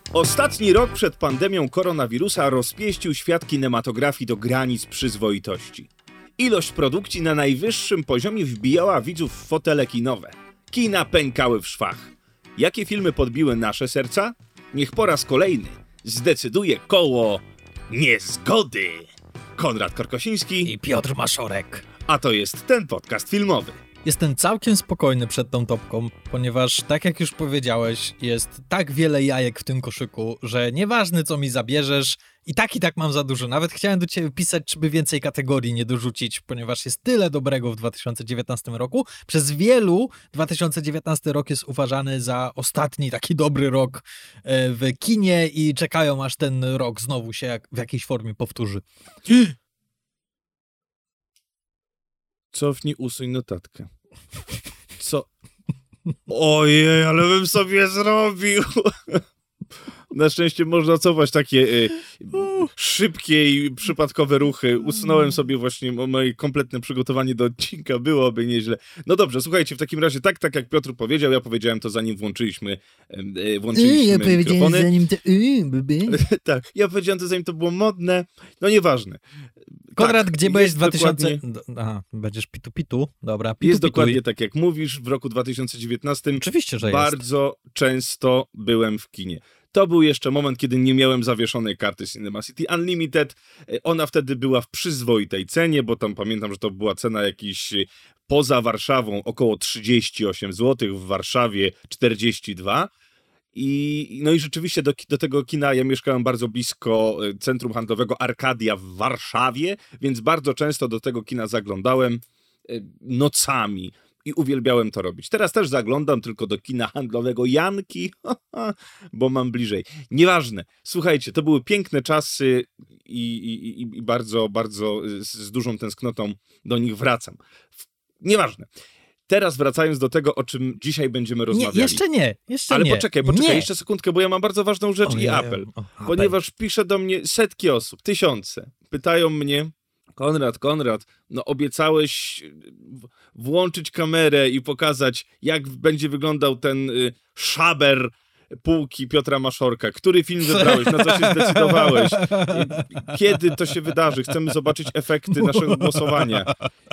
Ostatni rok przed pandemią koronawirusa rozpieścił świat kinematografii do granic przyzwoitości. Ilość produkcji na najwyższym poziomie wbijała widzów w fotele kinowe. Kina pękały w szwach. Jakie filmy podbiły nasze serca? Niech po raz kolejny zdecyduje koło niezgody. Konrad Korkosiński i Piotr Maszorek. A to jest ten podcast filmowy. Jestem całkiem spokojny przed tą topką, ponieważ, tak jak już powiedziałeś, jest tak wiele jajek w tym koszyku, że nieważne co mi zabierzesz, i tak mam za dużo. Nawet chciałem do ciebie pisać, czy by więcej kategorii nie dorzucić, ponieważ jest tyle dobrego w 2019 roku. Przez wielu 2019 rok jest uważany za ostatni taki dobry rok w kinie i czekają, aż ten rok znowu się w jakiejś formie powtórzy. Cofnij, usuń notatkę. Co? Ojej, ale bym sobie zrobił. Na szczęście można cofać takie szybkie i przypadkowe ruchy. Usunąłem sobie właśnie moje kompletne przygotowanie do odcinka. Byłoby nieźle. No dobrze, słuchajcie, w takim razie tak jak Piotr powiedział, ja powiedziałem to zanim włączyliśmy mikrofony. Zanim to... Tak, ja powiedziałem to zanim to było modne. No nieważne. Konrad, tak, gdzie byłeś w 2000... Dokładnie... Aha, będziesz pitu. Dobra, Jest dokładnie tak jak mówisz. W roku 2019 oczywiście, że bardzo często byłem w kinie. To był jeszcze moment, kiedy nie miałem zawieszonej karty Cinema City Unlimited. Ona wtedy była w przyzwoitej cenie, bo tam pamiętam, że to była cena jakiś poza Warszawą około 38 zł, w Warszawie 42. No i rzeczywiście do tego kina ja mieszkałem bardzo blisko centrum handlowego Arkadia w Warszawie, więc bardzo często do tego kina zaglądałem nocami. I uwielbiałem to robić. Teraz też zaglądam tylko do kina handlowego Janki, bo mam bliżej. Nieważne. Słuchajcie, to były piękne czasy i bardzo, bardzo z dużą tęsknotą do nich wracam. Nieważne. Teraz wracając do tego, o czym dzisiaj będziemy rozmawiali. Jeszcze nie. Ale nie. poczekaj, jeszcze sekundkę, bo ja mam bardzo ważną rzecz i apel. Ponieważ pisze do mnie setki osób, tysiące. Pytają mnie, Konrad, no obiecałeś włączyć kamerę i pokazać, jak będzie wyglądał ten szaber półki Piotra Maszorka. Który film wybrałeś? Na co się zdecydowałeś? Kiedy to się wydarzy? Chcemy zobaczyć efekty naszego głosowania.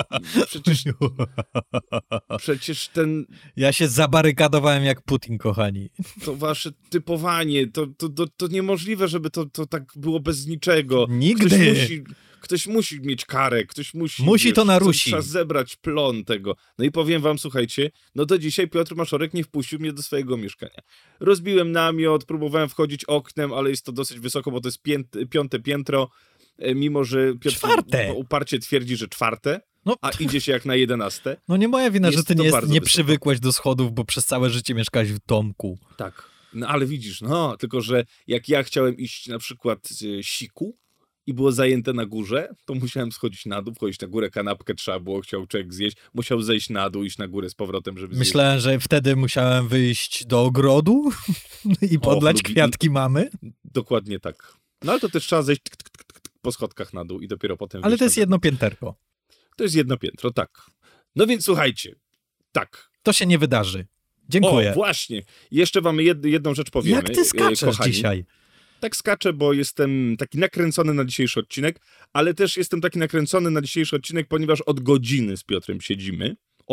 Przecież ten... Ja się zabarykadowałem jak Putin, kochani. To wasze typowanie, to niemożliwe, żeby to tak było bez niczego. Nigdy. Ktoś musi mieć karę, ktoś musi to narusi. Trzeba zebrać plon tego. No i powiem wam, słuchajcie, no do dzisiaj Piotr Maszorek nie wpuścił mnie do swojego mieszkania. Rozbiłem namiot, próbowałem wchodzić oknem, ale jest to dosyć wysoko, bo to jest 5. piętro, mimo że Piotr 4. uparcie twierdzi, że 4, a idzie się jak na 11. No nie moja wina, że ty nie wysoko. przywykłeś do schodów, bo przez całe życie mieszkałeś w domku. Tak, no ale widzisz, tylko że jak ja chciałem iść na przykład z siku, i było zajęte na górze, to musiałem schodzić na dół, wchodzić na górę, kanapkę trzeba było, chciał człowiek zjeść, musiał zejść na dół, iść na górę z powrotem, żeby zjeść. Myślałem, że wtedy musiałem wyjść do ogrodu i podlać kwiatki mamy. Dokładnie tak. No ale to też trzeba zejść po schodkach na dół i dopiero potem ale to jest jedno pięterko. To jest jedno piętro, tak. No więc słuchajcie, tak. To się nie wydarzy. Dziękuję. O, właśnie. Jeszcze wam jedną rzecz powiemy. Jak ty skaczesz kochani. dzisiaj? Tak skaczę, bo jestem taki nakręcony na dzisiejszy odcinek, ale też jestem taki nakręcony na dzisiejszy odcinek, ponieważ od godziny z Piotrem siedzimy,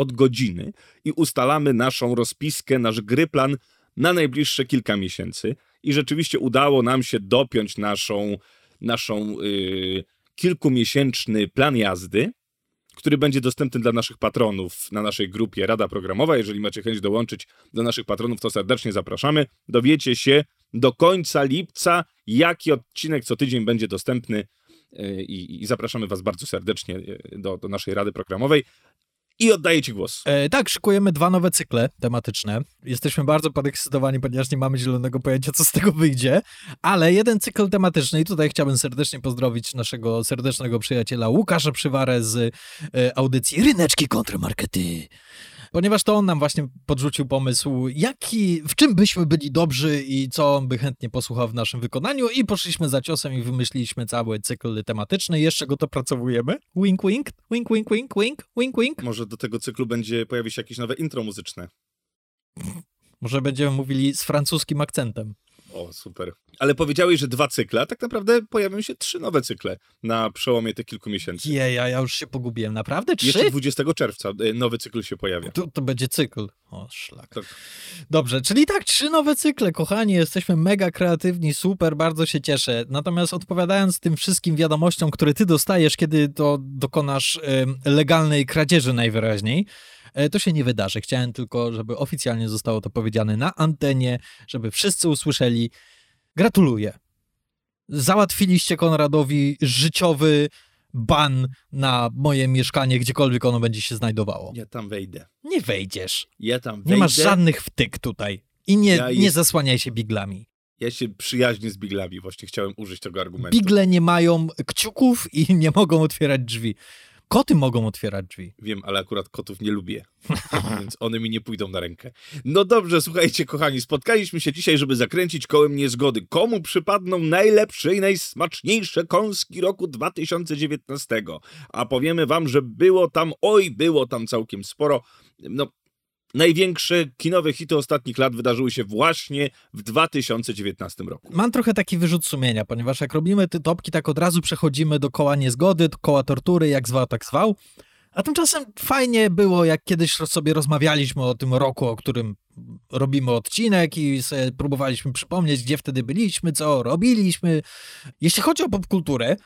i ustalamy naszą rozpiskę, nasz gryplan na najbliższe kilka miesięcy. I rzeczywiście udało nam się dopiąć naszą kilkumiesięczny plan jazdy, który będzie dostępny dla naszych patronów na naszej grupie Rada Programowa. Jeżeli macie chęć dołączyć do naszych patronów, to serdecznie zapraszamy. Dowiecie się do końca lipca, jaki odcinek co tydzień będzie dostępny i zapraszamy was bardzo serdecznie do naszej Rady Programowej. I oddaję ci głos. Tak, szykujemy 2 nowe cykle tematyczne. Jesteśmy bardzo podekscytowani, ponieważ nie mamy zielonego pojęcia, co z tego wyjdzie, ale jeden cykl tematyczny i tutaj chciałbym serdecznie pozdrowić naszego serdecznego przyjaciela Łukasza Przywarę z audycji Ryneczki Kontrmarkety. Ponieważ to on nam właśnie podrzucił pomysł, w czym byśmy byli dobrzy i co on by chętnie posłuchał w naszym wykonaniu i poszliśmy za ciosem i wymyśliliśmy cały cykl tematyczny. Jeszcze go dopracowujemy. Wink, wink, wink, wink, wink, wink, wink, wink. Może do tego cyklu pojawi się jakieś nowe intro muzyczne. Może będziemy mówili z francuskim akcentem. O, super. Ale powiedziałeś, że 2 cykle, a tak naprawdę pojawią się 3 nowe cykle na przełomie tych kilku miesięcy. Ja już się pogubiłem. Naprawdę? 3? Jeszcze 20 czerwca nowy cykl się pojawia. To będzie cykl. O, szlak. Tak. Dobrze, czyli tak, 3 nowe cykle, kochani, jesteśmy mega kreatywni, super, bardzo się cieszę. Natomiast odpowiadając tym wszystkim wiadomościom, które ty dostajesz, kiedy to dokonasz legalnej kradzieży najwyraźniej, to się nie wydarzy. Chciałem tylko, żeby oficjalnie zostało to powiedziane na antenie, żeby wszyscy usłyszeli. Gratuluję. Załatwiliście Konradowi życiowy ban na moje mieszkanie, gdziekolwiek ono będzie się znajdowało. Ja tam wejdę. Nie wejdziesz. Ja tam wejdę. Nie masz żadnych wtyk tutaj. I nie zasłaniaj się biglami. Ja się przyjaźnię z biglami, właśnie chciałem użyć tego argumentu. Bigle nie mają kciuków i nie mogą otwierać drzwi. Koty mogą otwierać drzwi. Wiem, ale akurat kotów nie lubię, więc one mi nie pójdą na rękę. No dobrze, słuchajcie, kochani, spotkaliśmy się dzisiaj, żeby zakręcić kołem niezgody. Komu przypadną najlepsze i najsmaczniejsze kąski roku 2019? A powiemy wam, że było tam całkiem sporo. No, największe kinowe hity ostatnich lat wydarzyły się właśnie w 2019 roku. Mam trochę taki wyrzut sumienia, ponieważ jak robimy te topki, tak od razu przechodzimy do koła niezgody, do koła tortury, jak zwał, tak zwał. A tymczasem fajnie było, jak kiedyś sobie rozmawialiśmy o tym roku, o którym robimy odcinek i sobie próbowaliśmy przypomnieć, gdzie wtedy byliśmy, co robiliśmy. Jeśli chodzi o popkulturę,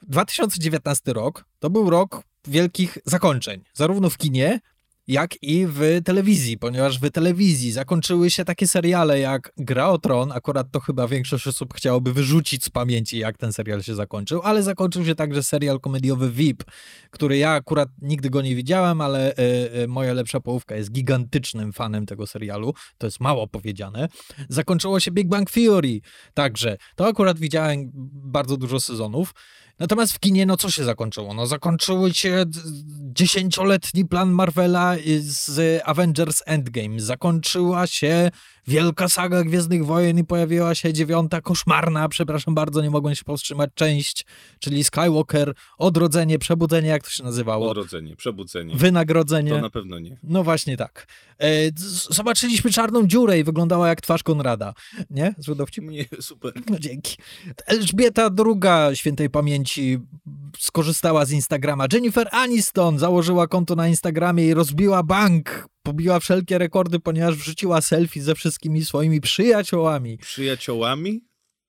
2019 rok to był rok wielkich zakończeń, zarówno w kinie, jak i w telewizji, ponieważ w telewizji zakończyły się takie seriale jak Gra o Tron, akurat to chyba większość osób chciałoby wyrzucić z pamięci, jak ten serial się zakończył, ale zakończył się także serial komediowy VIP, który ja akurat nigdy go nie widziałem, ale moja lepsza połówka jest gigantycznym fanem tego serialu, to jest mało powiedziane. Zakończyło się Big Bang Theory, także to akurat widziałem bardzo dużo sezonów. Natomiast w kinie, no co się zakończyło? No zakończyły się 10-letni plan Marvela z Avengers Endgame. Zakończyła się wielka saga Gwiezdnych Wojen i pojawiła się 9. koszmarna, przepraszam bardzo, nie mogłem się powstrzymać, część, czyli Skywalker, odrodzenie, przebudzenie, jak to się nazywało? Odrodzenie, przebudzenie. Wynagrodzenie. To na pewno nie. No właśnie tak. Zobaczyliśmy czarną dziurę i wyglądała jak twarz Konrada. Nie? Zły dowcip? Nie, super. No dzięki. Elżbieta II, świętej pamięci, skorzystała z Instagrama. Jennifer Aniston założyła konto na Instagramie i rozbiła bank. Pobiła wszelkie rekordy, ponieważ wrzuciła selfie ze wszystkimi swoimi przyjaciołami. Przyjaciołami?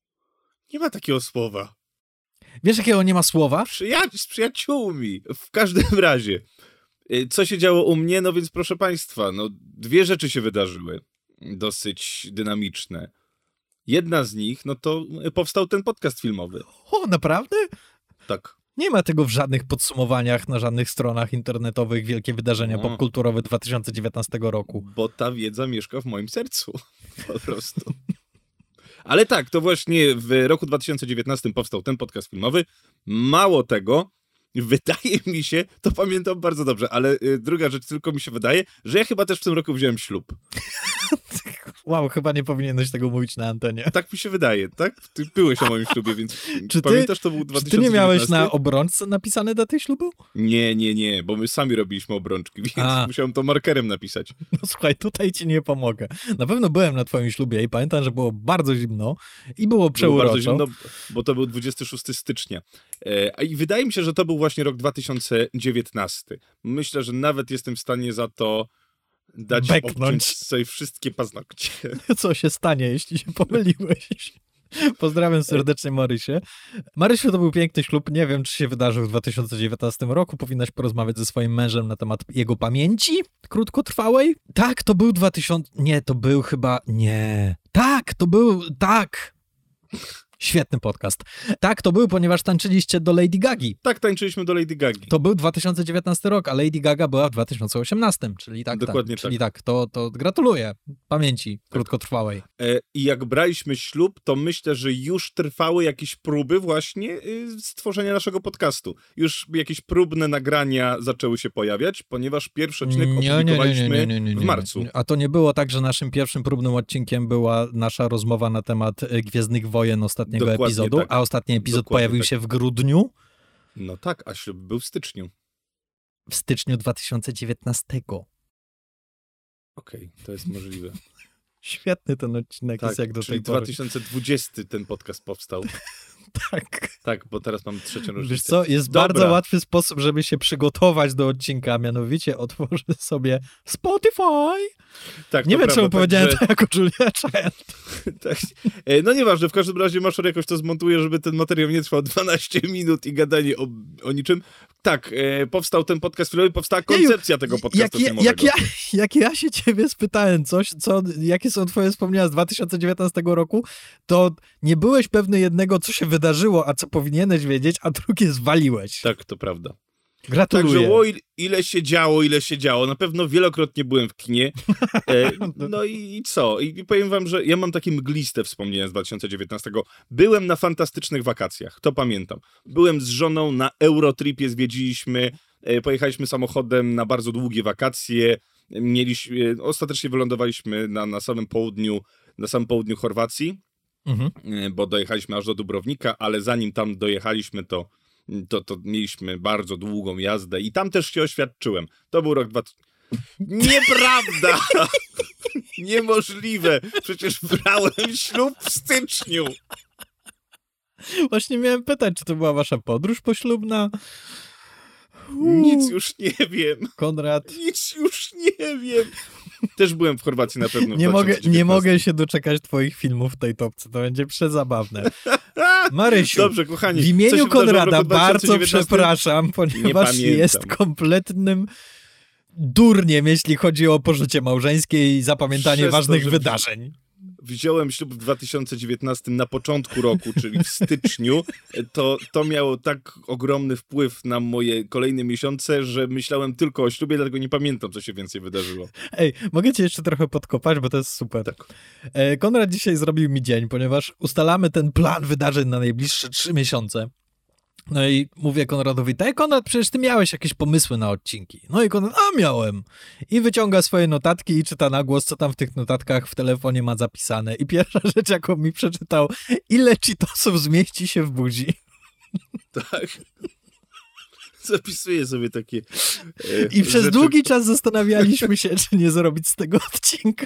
Nie ma takiego słowa. Wiesz, jakiego nie ma słowa? Z przyjaciółmi. W każdym razie. Co się działo u mnie? No więc proszę państwa, no 2 rzeczy się wydarzyły. Dosyć dynamiczne. Jedna z nich, no to powstał ten podcast filmowy. O, naprawdę? Tak. Nie ma tego w żadnych podsumowaniach, na żadnych stronach internetowych, wielkie wydarzenia popkulturowe 2019 roku. Bo ta wiedza mieszka w moim sercu. Po prostu. Ale tak, to właśnie w roku 2019 powstał ten podcast filmowy. Mało tego, wydaje mi się, to pamiętam bardzo dobrze, ale druga rzecz, tylko mi się wydaje, że ja chyba też w tym roku wziąłem ślub. Wow, chyba nie powinieneś tego mówić na antenie. Tak mi się wydaje, tak? Ty byłeś na moim ślubie, więc pamiętasz, to był 2019? Czy ty nie miałeś na obrączce napisane daty ślubu? Nie, bo my sami robiliśmy obrączki, więc musiałem to markerem napisać. No słuchaj, tutaj ci nie pomogę. Na pewno byłem na twoim ślubie i pamiętam, że było bardzo zimno i było przeuroczo. Było bardzo zimno, bo to był 26 stycznia. I wydaje mi się, że to był właśnie rok 2019. Myślę, że nawet jestem w stanie za to dać obciąć sobie wszystkie paznokcie. Co się stanie, jeśli się pomyliłeś? Pozdrawiam serdecznie Marysię. Marysiu, to był piękny ślub. Nie wiem, czy się wydarzył w 2019 roku. Powinnaś porozmawiać ze swoim mężem na temat jego pamięci krótkotrwałej. Tak, to był 2000... Nie, to był chyba... Nie. Tak, to był... Tak. Świetny podcast. Tak, to był, ponieważ tańczyliście do Lady Gagi. Tak, tańczyliśmy do Lady Gagi. To był 2019 rok, a Lady Gaga była w 2018, czyli tak. Dokładnie tak. Czyli tak, to gratuluję pamięci krótkotrwałej. I jak braliśmy ślub, to myślę, że już trwały jakieś próby właśnie stworzenia naszego podcastu. Już jakieś próbne nagrania zaczęły się pojawiać, ponieważ pierwszy odcinek opublikowaliśmy w marcu. A to nie było tak, że naszym pierwszym próbnym odcinkiem była nasza rozmowa na temat Gwiezdnych Wojen ostatniego epizodu, tak. A ostatni epizod pojawił się w grudniu? No tak, a ślub był w styczniu. W styczniu 2019. Okej, to jest możliwe. Świetny ten odcinek Tak, jest jak do czyli tej pory. 2020 ten podcast powstał. Tak. Tak, bo teraz mam 3. rocznicę. Wiesz co, jest Dobra. bardzo łatwy sposób, żeby się przygotować do odcinka, mianowicie otworzę sobie Spotify. Tak, Nie to wiem, prawda, czemu powiedziałem także- to jako Julia Child. Tak. No nieważne, w każdym razie Maszor jakoś to zmontuje, żeby ten materiał nie trwał 12 minut i gadanie o niczym. Tak, powstał ten podcast filmowy, powstała koncepcja tego podcastu filmowego. Jak ja się ciebie spytałem jakie są twoje wspomnienia z 2019 roku, to nie byłeś pewny jednego, co się wydarzyło, a co powinieneś wiedzieć, a drugie zwaliłeś. Tak, to prawda. Gratuluję. Także ile się działo. Na pewno wielokrotnie byłem w kinie. No i co? I powiem wam, że ja mam takie mgliste wspomnienia z 2019. Byłem na fantastycznych wakacjach, to pamiętam. Byłem z żoną na Eurotripie, zwiedziliśmy, pojechaliśmy samochodem na bardzo długie wakacje. Ostatecznie wylądowaliśmy na samym południu Chorwacji, bo dojechaliśmy aż do Dubrownika, ale zanim tam dojechaliśmy, to mieliśmy bardzo długą jazdę i tam też się oświadczyłem. To był rok 2000. Nieprawda! Niemożliwe! Przecież brałem ślub w styczniu! Właśnie miałem pytać, czy to była wasza podróż poślubna? Nic już nie wiem. Konrad. Nic już nie wiem. Też byłem w Chorwacji na pewno w Nie 2019. mogę się doczekać twoich filmów w tej topce, to będzie przezabawne. Marysiu, Dobrze, kochani. w co imieniu się wydarzyło w Konrada roku bardzo 2019? przepraszam, ponieważ pamiętam. jest kompletnym durniem, jeśli chodzi o pożycie małżeńskie i zapamiętanie Przez to, ważnych że wydarzeń. Wziąłem ślub w 2019 na początku roku, czyli w styczniu, to miało tak ogromny wpływ na moje kolejne miesiące, że myślałem tylko o ślubie, dlatego nie pamiętam, co się więcej wydarzyło. Ej, mogę cię jeszcze trochę podkopać, bo to jest super. Tak. Konrad dzisiaj zrobił mi dzień, ponieważ ustalamy ten plan wydarzeń na najbliższe 3 miesiące. No i mówię Konradowi, tak Konrad, przecież ty miałeś jakieś pomysły na odcinki. No i Konrad, miałem. I wyciąga swoje notatki i czyta na głos, co tam w tych notatkach w telefonie ma zapisane. I pierwsza rzecz, jaką mi przeczytał, ile cheetosów zmieści się w buzi. Tak. Zapisuję sobie takie I przez rzeczy, długi czas zastanawialiśmy się, czy nie zrobić z tego odcinka.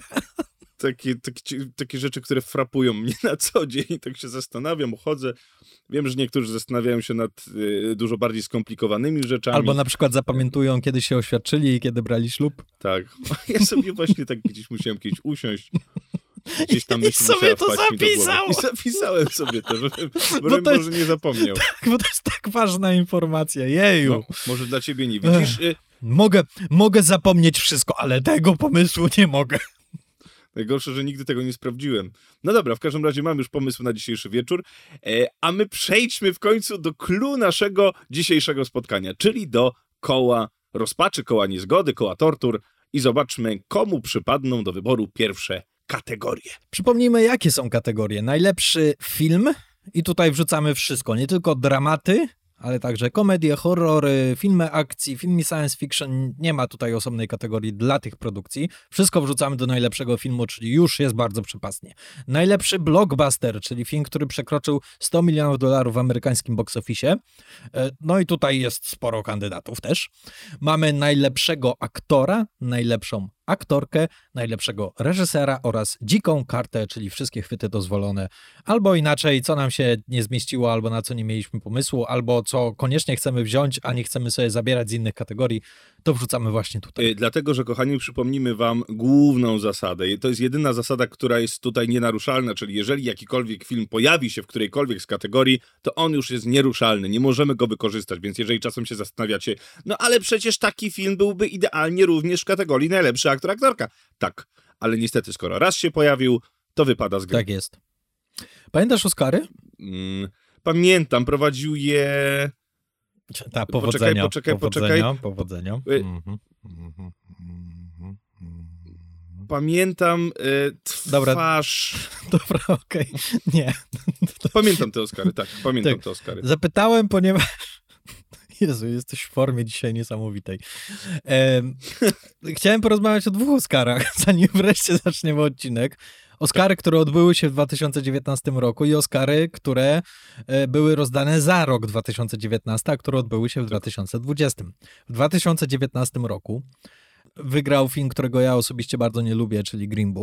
takie rzeczy, które frapują mnie na co dzień. Tak się zastanawiam, chodzę. Wiem, że niektórzy zastanawiają się nad dużo bardziej skomplikowanymi rzeczami. Albo na przykład zapamiętują, kiedy się oświadczyli i kiedy brali ślub. Tak. Ja sobie właśnie tak gdzieś musiałem kiedyś usiąść. Gdzieś tam I myśl sobie musiała to wpaść mi do głowy. zapisał. I zapisałem sobie to, żebym to może nie zapomniał. Bo to jest tak ważna informacja, jeju. No, może dla ciebie nie widzisz. Mogę zapomnieć wszystko, ale tego pomysłu nie mogę. Najgorsze, że nigdy tego nie sprawdziłem. No dobra, w każdym razie mam już pomysł na dzisiejszy wieczór, a my przejdźmy w końcu do clou naszego dzisiejszego spotkania, czyli do koła rozpaczy, koła niezgody, koła tortur i zobaczmy, komu przypadną do wyboru pierwsze kategorie. Przypomnijmy, jakie są kategorie. Najlepszy film i tutaj wrzucamy wszystko, nie tylko dramaty, ale także komedie, horrory, filmy akcji, filmy science fiction. Nie ma tutaj osobnej kategorii dla tych produkcji. Wszystko wrzucamy do najlepszego filmu, czyli już jest bardzo przepastnie. Najlepszy blockbuster, czyli film, który przekroczył $100 milionów w amerykańskim box office. No i tutaj jest sporo kandydatów też. Mamy najlepszego aktora, najlepszą aktorkę, najlepszego reżysera oraz dziką kartę, czyli wszystkie chwyty dozwolone. Albo inaczej, co nam się nie zmieściło, albo na co nie mieliśmy pomysłu, albo co koniecznie chcemy wziąć, a nie chcemy sobie zabierać z innych kategorii, to wrzucamy właśnie tutaj. Dlatego, że kochani, przypomnimy wam główną zasadę. To jest jedyna zasada, która jest tutaj nienaruszalna, czyli jeżeli jakikolwiek film pojawi się w którejkolwiek z kategorii, to on już jest nieruszalny, nie możemy go wykorzystać, więc jeżeli czasem się zastanawiacie, no ale przecież taki film byłby idealnie również w kategorii najlepszy aktor, aktorka. Tak, ale niestety skoro raz się pojawił, to wypada z gry. Tak jest. Pamiętasz Oscary? Pamiętam, prowadził je... Ta, powodzenia. Poczekaj. Powodzenia. Pamiętam twarz... Dobra, okej. Nie. Pamiętam te Oscary, tak. Pamiętam te Oscary. Zapytałem, ponieważ... Jezu, jesteś w formie dzisiaj niesamowitej. Chciałem porozmawiać o 2 Oscarach, zanim wreszcie zaczniemy odcinek. Oscary, które odbyły się w 2019 roku i Oscary, które były rozdane za rok 2019, a które odbyły się w 2020. W 2019 roku wygrał film, którego ja osobiście bardzo nie lubię, czyli Green Book.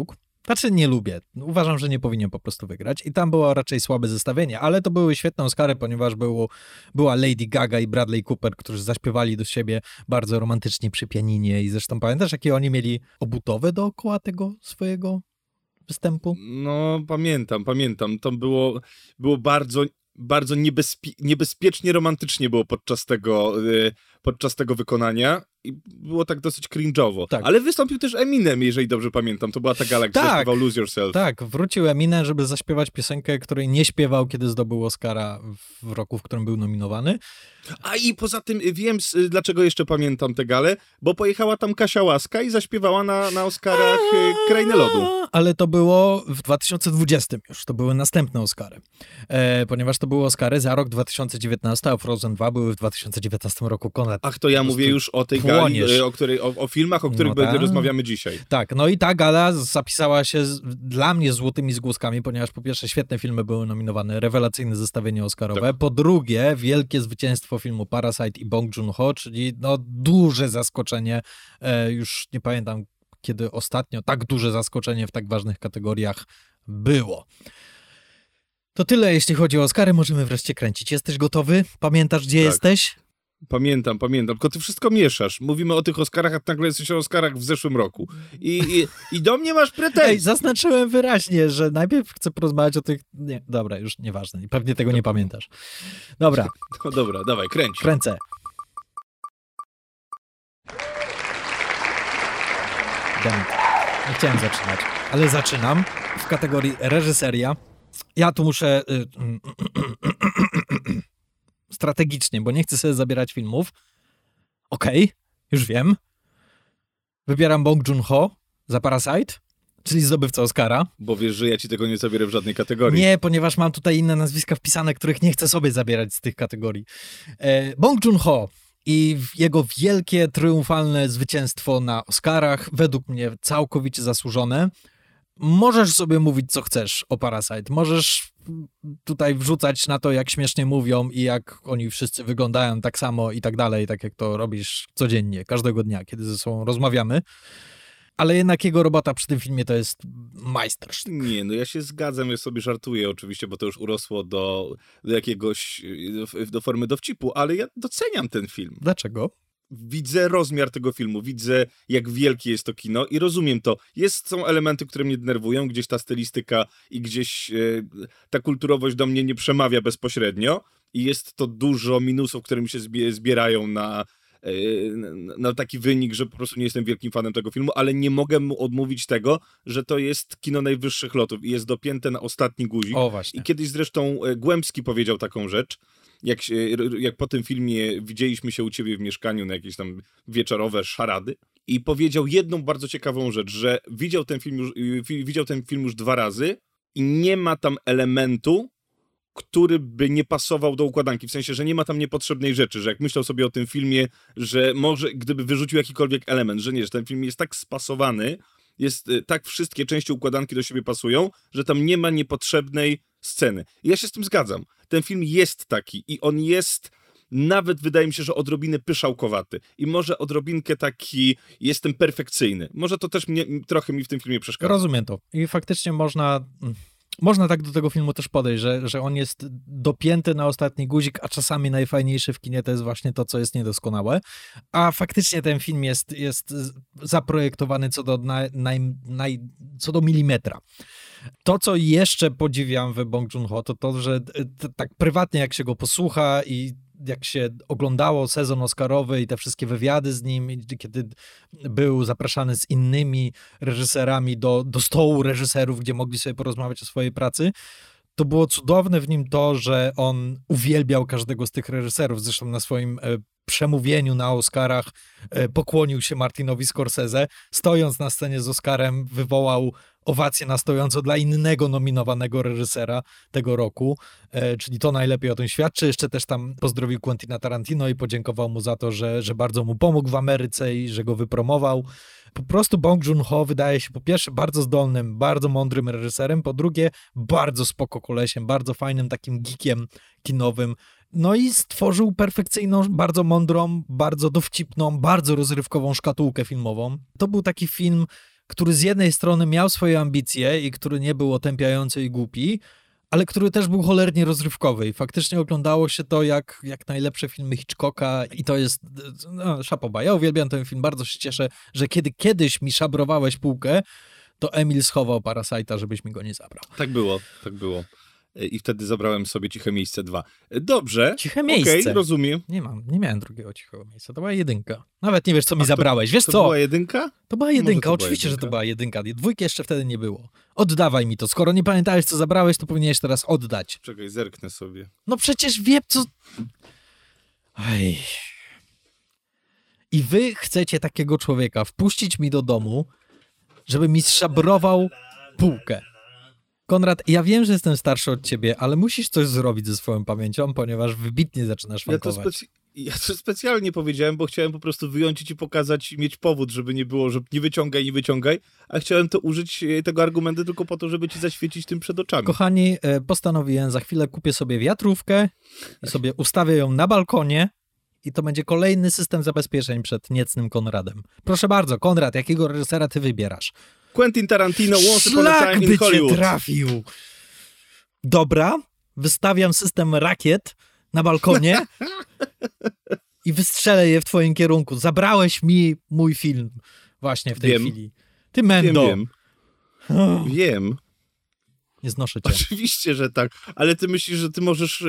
Znaczy nie lubię. Uważam, że nie powinien po prostu wygrać. I tam było raczej słabe zestawienie, ale to były świetne Oscary, ponieważ była Lady Gaga i Bradley Cooper, którzy zaśpiewali do siebie bardzo romantycznie przy pianinie i zresztą pamiętasz, jakie oni mieli obudowę dookoła tego swojego występu? No, pamiętam. To było bardzo niebezpiecznie romantycznie było podczas tego wykonania i było tak dosyć cringe'owo. Tak. Ale wystąpił też Eminem, jeżeli dobrze pamiętam. To była ta gala, gdzie zaśpiewał Lose Yourself. Tak, wrócił Eminem, żeby zaśpiewać piosenkę, której nie śpiewał, kiedy zdobył Oscara w roku, w którym był nominowany. A i poza tym wiem, dlaczego jeszcze pamiętam tę galę, bo pojechała tam Kasia Łaska i zaśpiewała na Oscarach Krainę Lodu. Ale to było w 2020 już, to były następne Oscary. Ponieważ to były Oscary za rok 2019, a Frozen 2 były w 2019 roku. Konrad, Ach, to ja mówię już o tej gali, o filmach, o których rozmawiamy dzisiaj. Tak, no i ta gala zapisała się dla mnie złotymi zgłoskami, ponieważ po pierwsze świetne filmy były nominowane, rewelacyjne zestawienie oscarowe, Tak. po drugie wielkie zwycięstwo filmu Parasite i Bong Joon-ho, czyli no duże zaskoczenie, już nie pamiętam kiedy ostatnio tak duże zaskoczenie w tak ważnych kategoriach było. To tyle, jeśli chodzi o Oscary, możemy wreszcie kręcić. Jesteś gotowy? Pamiętasz, gdzie jesteś? Pamiętam, tylko ty wszystko mieszasz. Mówimy o tych Oscarach, a nagle jesteś o Oscarach w zeszłym roku. I do mnie masz pretensje. Ej, zaznaczyłem wyraźnie, że najpierw chcę porozmawiać o tych... Nie, dobra, już nieważne, pewnie tego nie pamiętasz. Dobra. No dobra, dawaj, kręć. Kręcę. Nie chciałem zaczynać, ale zaczynam w kategorii reżyseria. Ja tu muszę strategicznie, bo nie chcę sobie zabierać filmów. Okej, już wiem. Wybieram Bong Joon-ho za Parasite, czyli zdobywca Oscara. Bo wiesz, że ja ci tego nie zabierę w żadnej kategorii. Nie, ponieważ mam tutaj inne nazwiska wpisane, których nie chcę sobie zabierać z tych kategorii. Bong Joon-ho i jego wielkie, triumfalne zwycięstwo na Oscarach, według mnie całkowicie zasłużone. Możesz sobie mówić, co chcesz o Parasite. Możesz tutaj wrzucać na to, jak śmiesznie mówią i jak oni wszyscy wyglądają tak samo i tak dalej, tak jak to robisz codziennie, każdego dnia, kiedy ze sobą rozmawiamy. Ale jednak jego robota przy tym filmie to jest majstersztyk. Nie, no ja się zgadzam, ja sobie żartuję oczywiście, bo to już urosło do jakiegoś, do formy dowcipu, ale ja doceniam ten film. Dlaczego? Widzę rozmiar tego filmu, widzę jak wielkie jest to kino i rozumiem to. Są elementy, które mnie denerwują, gdzieś ta stylistyka i gdzieś ta kulturowość do mnie nie przemawia bezpośrednio i jest to dużo minusów, które mi się zbierają na taki wynik, że po prostu nie jestem wielkim fanem tego filmu, ale nie mogę mu odmówić tego, że to jest kino najwyższych lotów i jest dopięte na ostatni guzik. O, właśnie. I kiedyś zresztą Głębski powiedział taką rzecz, jak po tym filmie widzieliśmy się u ciebie w mieszkaniu na jakieś tam wieczorowe szarady i powiedział jedną bardzo ciekawą rzecz, że widział ten film już 2 razy i nie ma tam elementu, który by nie pasował do układanki, w sensie, że nie ma tam niepotrzebnej rzeczy, że jak myślał sobie o tym filmie, że może gdyby wyrzucił jakikolwiek element, że nie, że ten film jest tak spasowany, tak wszystkie części układanki do siebie pasują, że tam nie ma niepotrzebnej sceny. I ja się z tym zgadzam. Ten film jest taki i on jest nawet, wydaje mi się, że odrobinę pyszałkowaty i może odrobinkę taki jestem perfekcyjny. Może to też trochę mi w tym filmie przeszkadza. Rozumiem to. I faktycznie można tak do tego filmu też podejść, że on jest dopięty na ostatni guzik, a czasami najfajniejsze w kinie to jest właśnie to, co jest niedoskonałe. A faktycznie ten film jest zaprojektowany co do milimetra. To, co jeszcze podziwiam w Bong Joon-ho, to, że tak prywatnie jak się go posłucha i jak się oglądało sezon oscarowy i te wszystkie wywiady z nim, kiedy był zapraszany z innymi reżyserami do stołu reżyserów, gdzie mogli sobie porozmawiać o swojej pracy, to było cudowne w nim to, że on uwielbiał każdego z tych reżyserów. Zresztą na swoim przemówieniu na Oscarach pokłonił się Martinowi Scorsese. Stojąc na scenie z Oscarem wywołał owację na stojąco dla innego nominowanego reżysera tego roku, czyli to najlepiej o tym świadczy. Jeszcze też tam pozdrowił Quentina Tarantino i podziękował mu za to, że bardzo mu pomógł w Ameryce i że go wypromował. Po prostu Bong Joon-ho wydaje się po pierwsze bardzo zdolnym, bardzo mądrym reżyserem, po drugie bardzo spoko kolesiem, bardzo fajnym takim geekiem kinowym. No i stworzył perfekcyjną, bardzo mądrą, bardzo dowcipną, bardzo rozrywkową szkatułkę filmową. To był taki film, który z jednej strony miał swoje ambicje i który nie był otępiający i głupi, ale który też był cholernie rozrywkowy i faktycznie oglądało się to jak najlepsze filmy Hitchcocka i to jest, no, szapoba. Ja uwielbiam ten film, bardzo się cieszę, że kiedy kiedyś mi szabrowałeś półkę, to Emil schował Parasite'a, żebyś mi go nie zabrał. Tak było. I wtedy zabrałem sobie Ciche Miejsce 2. Dobrze. Ciche Miejsce. Okej, rozumiem. Nie miałem drugiego Cichego Miejsca, to była jedynka. Nawet nie wiesz, co mi zabrałeś. Wiesz to co? była jedynka? To była jedynka, oczywiście, że to była jedynka. Dwójki jeszcze wtedy nie było. Oddawaj mi to. Skoro nie pamiętałeś, co zabrałeś, to powinieneś teraz oddać. Czekaj, zerknę sobie. No przecież wiem, co... Aj. I wy chcecie takiego człowieka wpuścić mi do domu, żeby mi szabrował półkę. Konrad, ja wiem, że jestem starszy od ciebie, ale musisz coś zrobić ze swoją pamięcią, ponieważ wybitnie zaczynasz wankować. Ja to specjalnie powiedziałem, bo chciałem po prostu wyjąć i ci pokazać i mieć powód, żeby nie było, że nie wyciągaj, a chciałem to użyć tego argumentu tylko po to, żeby ci zaświecić tym przed oczami. Kochani, postanowiłem, za chwilę kupię sobie wiatrówkę i sobie ustawię ją na balkonie i to będzie kolejny system zabezpieczeń przed niecnym Konradem. Proszę bardzo, Konrad, jakiego reżysera ty wybierasz? Quentin Tarantino, Once Upon a Szlak Time by in Hollywood. cię trafił! Dobra, wystawiam system rakiet na balkonie i wystrzelę je w twoim kierunku. Zabrałeś mi mój film właśnie w tej chwili. Ty mendo. Wiem. Nie znoszę cię. Oczywiście, że tak, ale ty myślisz, że ty możesz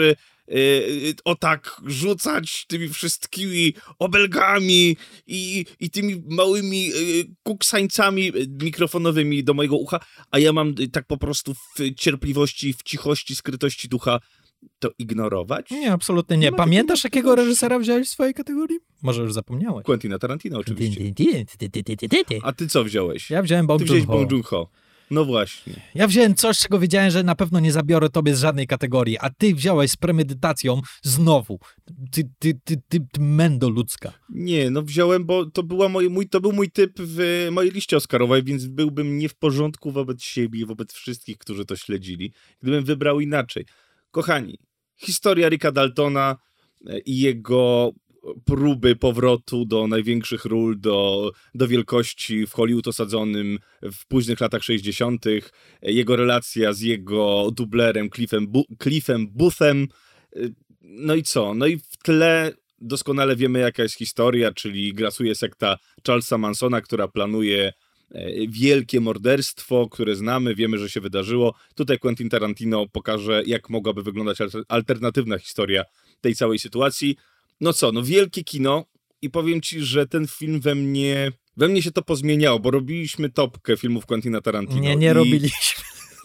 o tak rzucać tymi wszystkimi obelgami i tymi małymi kuksańcami mikrofonowymi do mojego ucha, a ja mam tak po prostu w cierpliwości, w cichości, skrytości ducha to ignorować? Nie, absolutnie nie. Pamiętasz, jakiego reżysera wziąłeś w swojej kategorii? Może już zapomniałeś. Quentina Tarantino oczywiście. A ty co wziąłeś? Ja wziąłem Bong Joon-ho. Bong Joon-ho. No właśnie. Ja wziąłem coś, czego wiedziałem, że na pewno nie zabiorę tobie z żadnej kategorii, a ty wziąłeś z premedytacją znowu. Ty mendo ludzka. Nie, no wziąłem, bo to był mój typ w mojej liście oscarowej, więc byłbym nie w porządku wobec siebie i wobec wszystkich, którzy to śledzili, gdybym wybrał inaczej. Kochani, historia Ricka Daltona i jego próby powrotu do największych ról, do wielkości w Hollywood osadzonym w późnych latach 60., jego relacja z jego dublerem Cliffem Boothem. No i co? No i w tle doskonale wiemy, jaka jest historia, czyli grasuje sekta Charlesa Mansona, która planuje wielkie morderstwo, które znamy, wiemy, że się wydarzyło. Tutaj Quentin Tarantino pokaże, jak mogłaby wyglądać alternatywna historia tej całej sytuacji. No co, no wielkie kino i powiem ci, że ten film we mnie się to pozmieniało, bo robiliśmy topkę filmów Quentina Tarantino. Nie robiliśmy.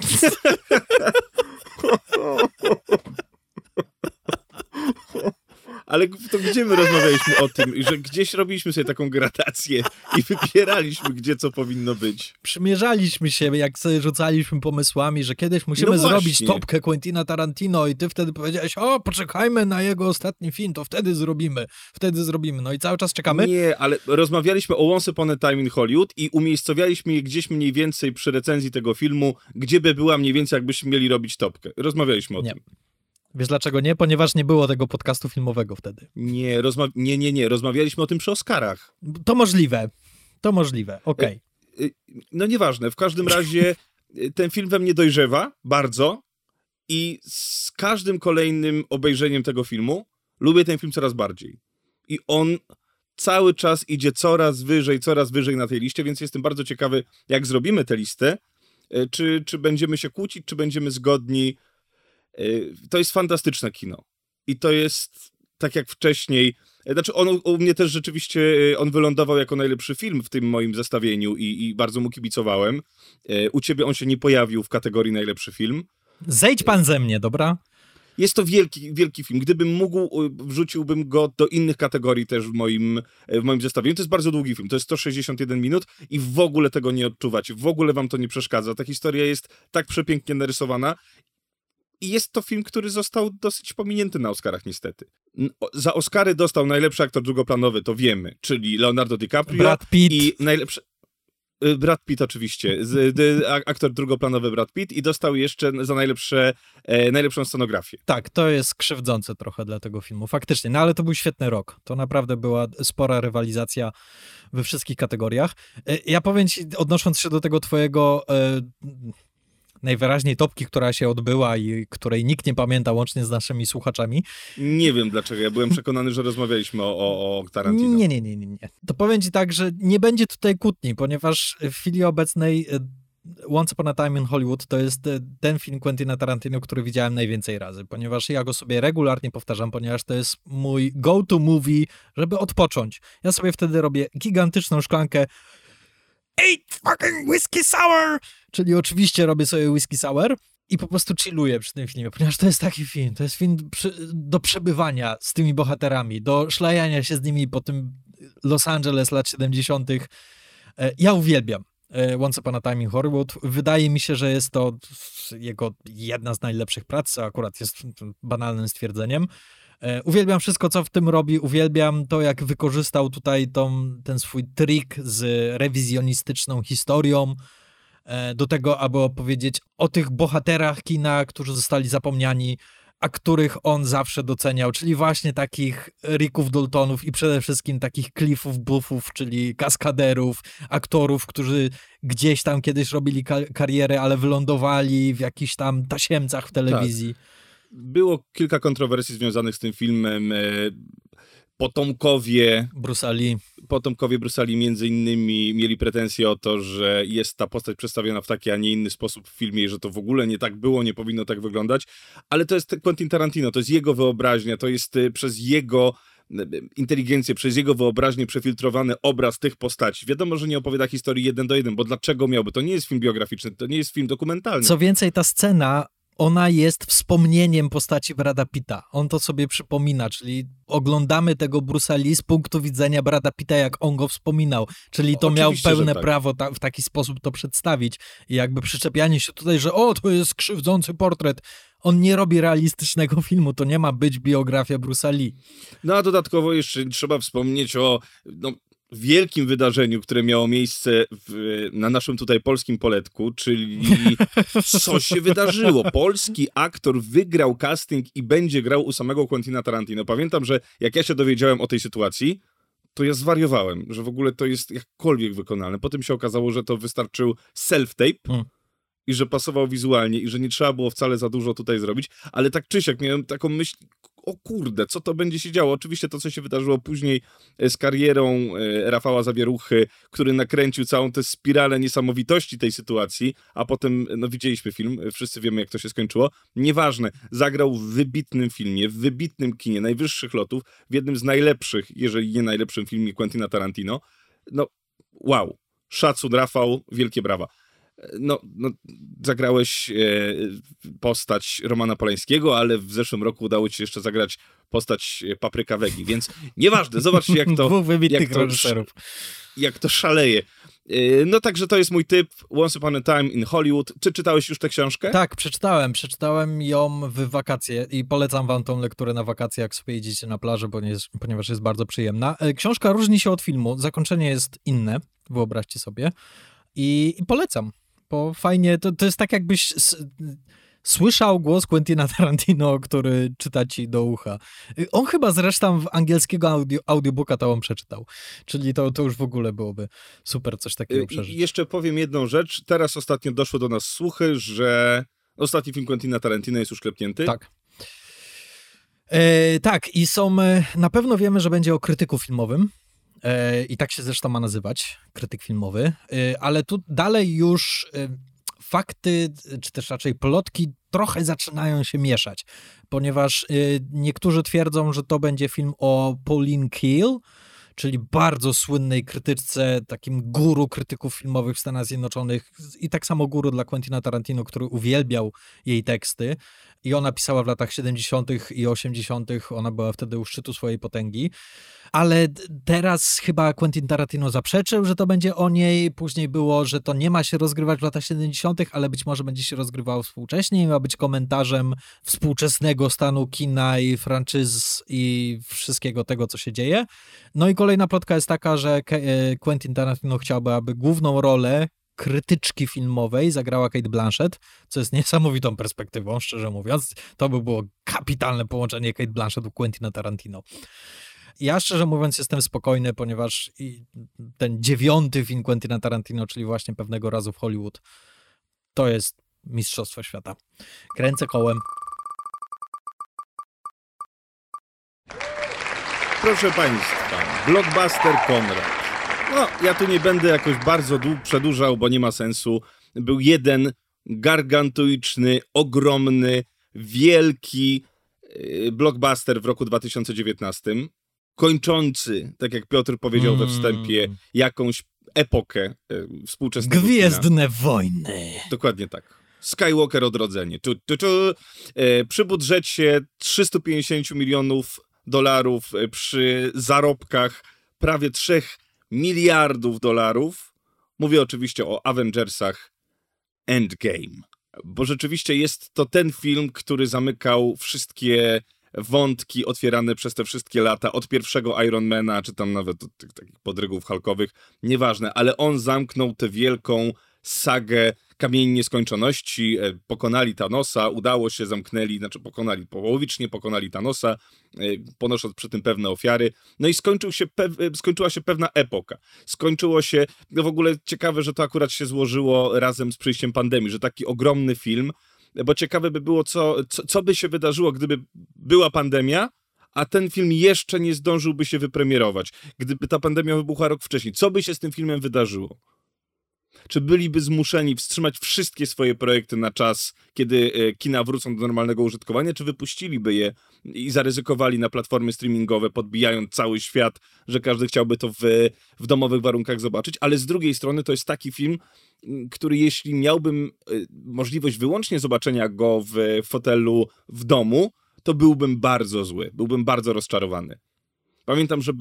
Ale to gdzie my rozmawialiśmy o tym, że gdzieś robiliśmy sobie taką gradację i wybieraliśmy, gdzie co powinno być. Przymierzaliśmy się, jak sobie rzucaliśmy pomysłami, że kiedyś musimy zrobić topkę Quentina Tarantino i ty wtedy powiedziałeś, o, poczekajmy na jego ostatni film, to wtedy zrobimy. No i cały czas czekamy. Nie, ale rozmawialiśmy o Once Upon a Time in Hollywood i umiejscowialiśmy je gdzieś mniej więcej przy recenzji tego filmu, gdzie by była mniej więcej, jakbyśmy mieli robić topkę. Rozmawialiśmy o tym. Wiesz dlaczego nie? Ponieważ nie było tego podcastu filmowego wtedy. Nie, rozmawialiśmy o tym przy Oscarach. To możliwe, okej. No nieważne, w każdym razie ten film we mnie dojrzewa bardzo i z każdym kolejnym obejrzeniem tego filmu lubię ten film coraz bardziej. I on cały czas idzie coraz wyżej na tej liście, więc jestem bardzo ciekawy, jak zrobimy tę listę, czy będziemy się kłócić, czy będziemy zgodni. To jest fantastyczne kino. I to jest tak jak wcześniej. Znaczy u mnie też rzeczywiście on wylądował jako najlepszy film w tym moim zestawieniu i bardzo mu kibicowałem. U ciebie on się nie pojawił w kategorii najlepszy film. Zejdź pan ze mnie, dobra? Jest to wielki film. Gdybym mógł, wrzuciłbym go do innych kategorii też w moim zestawieniu. To jest bardzo długi film. To jest 161 minut i w ogóle tego nie odczuwacie. W ogóle wam to nie przeszkadza. Ta historia jest tak przepięknie narysowana. I jest to film, który został dosyć pominięty na Oscarach niestety. Za Oscary dostał najlepszy aktor drugoplanowy, to wiemy, czyli Leonardo DiCaprio. Brad Pitt. I najlepszy... Brad Pitt oczywiście, aktor drugoplanowy Brad Pitt i dostał jeszcze za najlepszą scenografię. Tak, to jest krzywdzące trochę dla tego filmu, faktycznie, no ale to był świetny rok. To naprawdę była spora rywalizacja we wszystkich kategoriach. Ja powiem ci, odnosząc się do tego twojego najwyraźniej topki, która się odbyła i której nikt nie pamięta, łącznie z naszymi słuchaczami. Nie wiem dlaczego, ja byłem przekonany, że rozmawialiśmy o Tarantino. Nie. To powiem ci tak, że nie będzie tutaj kłótni, ponieważ w chwili obecnej Once Upon a Time in Hollywood to jest ten film Quentina Tarantino, który widziałem najwięcej razy, ponieważ ja go sobie regularnie powtarzam, ponieważ to jest mój go-to movie, żeby odpocząć. Ja sobie wtedy robię gigantyczną szklankę 8 fucking whiskey sour! Czyli oczywiście robię sobie whisky sour i po prostu chilluję przy tym filmie, ponieważ to jest taki film, to jest film do przebywania z tymi bohaterami, do szlajania się z nimi po tym Los Angeles lat 70. Ja uwielbiam Once Upon a Time in Hollywood. Wydaje mi się, że jest to jego jedna z najlepszych prac, co akurat jest banalnym stwierdzeniem. Uwielbiam wszystko, co w tym robi, uwielbiam to, jak wykorzystał tutaj ten swój trik z rewizjonistyczną historią do tego, aby opowiedzieć o tych bohaterach kina, którzy zostali zapomniani, a których on zawsze doceniał, czyli właśnie takich Ricków Daltonów i przede wszystkim takich Cliffów Buffów, czyli kaskaderów, aktorów, którzy gdzieś tam kiedyś robili karierę, ale wylądowali w jakichś tam tasiemcach w telewizji. Tak. Było kilka kontrowersji związanych z tym filmem. Potomkowie Bruce'a Lee między innymi mieli pretensje o to, że jest ta postać przedstawiona w taki, a nie inny sposób w filmie i że to w ogóle nie tak było, nie powinno tak wyglądać, ale to jest Quentin Tarantino, to jest jego wyobraźnia, to jest przez jego inteligencję, przez jego wyobraźnię przefiltrowany obraz tych postaci. Wiadomo, że nie opowiada historii 1:1, bo dlaczego miałby? To nie jest film biograficzny, to nie jest film dokumentalny. Co więcej, ta scena ona jest wspomnieniem postaci Brada Pitta. On to sobie przypomina, czyli oglądamy tego Bruce'a Lee z punktu widzenia Brada Pitta, jak on go wspominał. Czyli to miał pełne prawo w taki sposób to przedstawić. I jakby przyczepianie się tutaj, że to jest krzywdzący portret. On nie robi realistycznego filmu, to nie ma być biografia Bruce'a Lee. No a dodatkowo jeszcze trzeba wspomnieć o wielkim wydarzeniu, które miało miejsce na naszym tutaj polskim poletku, czyli co się wydarzyło. Polski aktor wygrał casting i będzie grał u samego Quentina Tarantino. Pamiętam, że jak ja się dowiedziałem o tej sytuacji, to ja zwariowałem, że w ogóle to jest jakkolwiek wykonalne. Potem się okazało, że to wystarczył self-tape i że pasował wizualnie i że nie trzeba było wcale za dużo tutaj zrobić, ale tak czy siak miałem taką myśl, o kurde, co to będzie się działo? Oczywiście to, co się wydarzyło później z karierą Rafała Zawieruchy, który nakręcił całą tę spiralę niesamowitości tej sytuacji, a potem, widzieliśmy film, wszyscy wiemy, jak to się skończyło. Nieważne, zagrał w wybitnym filmie, w wybitnym kinie, najwyższych lotów, w jednym z najlepszych, jeżeli nie najlepszym filmie Quentina Tarantino. Wow. Szacun, Rafał, wielkie brawa. Zagrałeś postać Romana Polańskiego, ale w zeszłym roku udało ci się jeszcze zagrać postać Papryka Wegi, więc nieważne, zobaczcie jak to szaleje. Także to jest mój typ, Once Upon a Time in Hollywood. Czy czytałeś już tę książkę? Tak, przeczytałem ją w wakacje i polecam wam tą lekturę na wakacje, jak sobie jedziecie na plażę, ponieważ jest bardzo przyjemna. Książka różni się od filmu, zakończenie jest inne, wyobraźcie sobie, i polecam. Bo fajnie, to jest tak jakbyś słyszał głos Quentina Tarantino, który czyta ci do ucha. On chyba zresztą w angielskiego audiobooka to on przeczytał. Czyli to już w ogóle byłoby super coś takiego przeżyć. I jeszcze powiem jedną rzecz. Teraz ostatnio doszły do nas słuchy, że ostatni film Quentina Tarantino jest już klepnięty. Tak. Tak, i na pewno wiemy, że będzie o krytyku filmowym. I tak się zresztą ma nazywać, krytyk filmowy, ale tu dalej już fakty, czy też raczej plotki trochę zaczynają się mieszać, ponieważ niektórzy twierdzą, że to będzie film o Pauline Kael, czyli bardzo słynnej krytyczce, takim guru krytyków filmowych w Stanach Zjednoczonych i tak samo guru dla Quentina Tarantino, który uwielbiał jej teksty. i ona pisała w latach 70. i 80., ona była wtedy u szczytu swojej potęgi, ale teraz chyba Quentin Tarantino zaprzeczył, że to będzie o niej, później było, że to nie ma się rozgrywać w latach 70., ale być może będzie się rozgrywało współcześnie i ma być komentarzem współczesnego stanu kina i franczyz i wszystkiego tego, co się dzieje. No i kolejna plotka jest taka, że Quentin Tarantino chciałby, aby główną rolę krytyczki filmowej zagrała Cate Blanchett, co jest niesamowitą perspektywą, szczerze mówiąc. To by było kapitalne połączenie Cate Blanchett u Quentina Tarantino. Ja szczerze mówiąc jestem spokojny, ponieważ ten 9. film Quentina Tarantino, czyli właśnie Pewnego razu w Hollywood, to jest mistrzostwo świata. Kręcę kołem. Proszę Państwa, blockbuster Konrad. No, ja tu nie będę jakoś bardzo przedłużał, bo nie ma sensu. Był jeden gargantuiczny, ogromny, wielki blockbuster w roku 2019, kończący, tak jak Piotr powiedział we wstępie, jakąś epokę współczesnego kina. Gwiezdne wojny. Dokładnie tak. Skywalker Odrodzenie. Przy budżecie 350 milionów dolarów, przy zarobkach prawie 3 miliardów dolarów. Mówię oczywiście o Avengersach Endgame. Bo rzeczywiście jest to ten film, który zamykał wszystkie wątki otwierane przez te wszystkie lata, od pierwszego Ironmana, czy tam nawet od tych takich podrygów hulkowych, nieważne, ale on zamknął tę wielką sagę Kamień Nieskończoności, pokonali Thanosa, udało się, połowicznie pokonali Thanosa, ponosząc przy tym pewne ofiary, no i skończyła się pewna epoka. Skończyło się, no w ogóle ciekawe, że to akurat się złożyło razem z przyjściem pandemii, że taki ogromny film, bo ciekawe by było, co by się wydarzyło, gdyby była pandemia, a ten film jeszcze nie zdążyłby się wypremierować. Gdyby ta pandemia wybuchła rok wcześniej, co by się z tym filmem wydarzyło? Czy byliby zmuszeni wstrzymać wszystkie swoje projekty na czas, kiedy kina wrócą do normalnego użytkowania, czy wypuściliby je i zaryzykowali na platformy streamingowe, podbijając cały świat, że każdy chciałby to w domowych warunkach zobaczyć, ale z drugiej strony to jest taki film, który jeśli miałbym możliwość wyłącznie zobaczenia go w fotelu w domu, to byłbym bardzo zły, byłbym bardzo rozczarowany. Pamiętam, że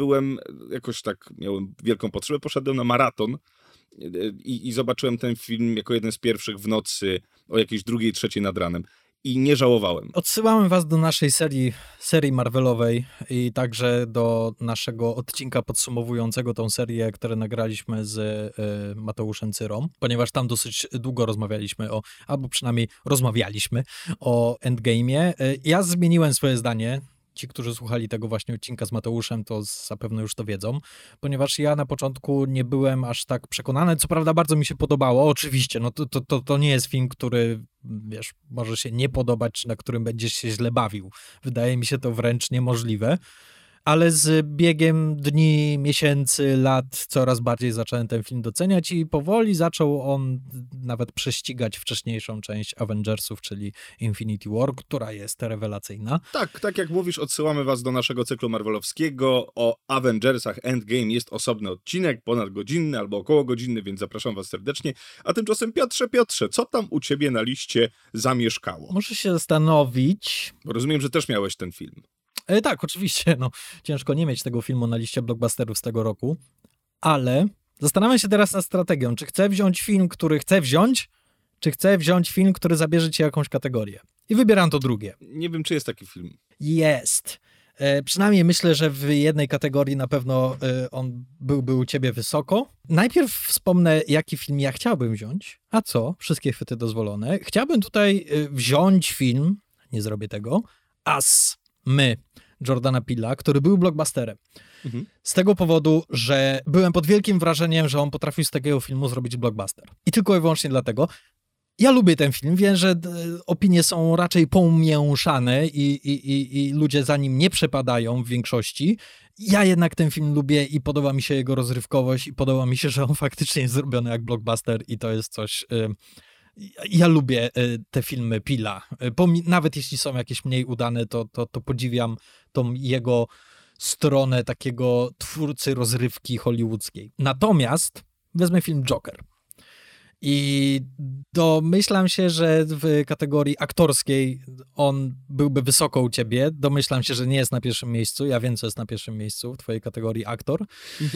miałem wielką potrzebę, poszedłem na maraton i zobaczyłem ten film jako jeden z pierwszych w nocy o jakiejś 2, 3 nad ranem i nie żałowałem. Odsyłamy was do naszej serii Marvelowej i także do naszego odcinka podsumowującego tą serię, które nagraliśmy z Mateuszem Cyrą, ponieważ tam dosyć długo rozmawialiśmy albo przynajmniej rozmawialiśmy o Endgame'ie. Ja zmieniłem swoje zdanie. Ci, którzy słuchali tego właśnie odcinka z Mateuszem, to zapewne już to wiedzą, ponieważ ja na początku nie byłem aż tak przekonany, co prawda bardzo mi się podobało, oczywiście, no to nie jest film, który, wiesz, może się nie podobać, czy na którym będziesz się źle bawił. Wydaje mi się to wręcz niemożliwe, ale z biegiem dni, miesięcy, lat coraz bardziej zacząłem ten film doceniać i powoli zaczął on nawet prześcigać wcześniejszą część Avengersów, czyli Infinity War, która jest rewelacyjna. Tak jak mówisz, odsyłamy was do naszego cyklu marvelowskiego. O Avengersach Endgame jest osobny odcinek, ponadgodzinny albo okołogodzinny, więc zapraszam was serdecznie. A tymczasem Piotrze, co tam u ciebie na liście zamieszkało? Muszę się zastanowić. Bo rozumiem, że też miałeś ten film. Tak, oczywiście, ciężko nie mieć tego filmu na liście blockbusterów z tego roku, ale zastanawiam się teraz nad strategią, czy chcę wziąć film, który chcę wziąć, czy chcę wziąć film, który zabierze ci jakąś kategorię. I wybieram to drugie. Nie wiem, czy jest taki film. Jest. Przynajmniej myślę, że w jednej kategorii na pewno on byłby u ciebie wysoko. Najpierw wspomnę, jaki film ja chciałbym wziąć. A co? Wszystkie chwyty dozwolone. Chciałbym tutaj wziąć film, nie zrobię tego, My, Jordana Peela, który był blockbusterem. Z tego powodu, że byłem pod wielkim wrażeniem, że on potrafił z takiego filmu zrobić blockbuster. I tylko i wyłącznie dlatego. Ja lubię ten film, wiem, że opinie są raczej pomieszane i ludzie za nim nie przepadają w większości. Ja jednak ten film lubię i podoba mi się jego rozrywkowość i podoba mi się, że on faktycznie jest zrobiony jak blockbuster i to jest coś... Ja lubię te filmy Peela. Nawet jeśli są jakieś mniej udane, to podziwiam tą jego stronę takiego twórcy rozrywki hollywoodzkiej. Natomiast wezmę film Joker. I domyślam się, że w kategorii aktorskiej on byłby wysoko u ciebie. Domyślam się, że nie jest na pierwszym miejscu. Ja wiem, co jest na pierwszym miejscu w twojej kategorii aktor.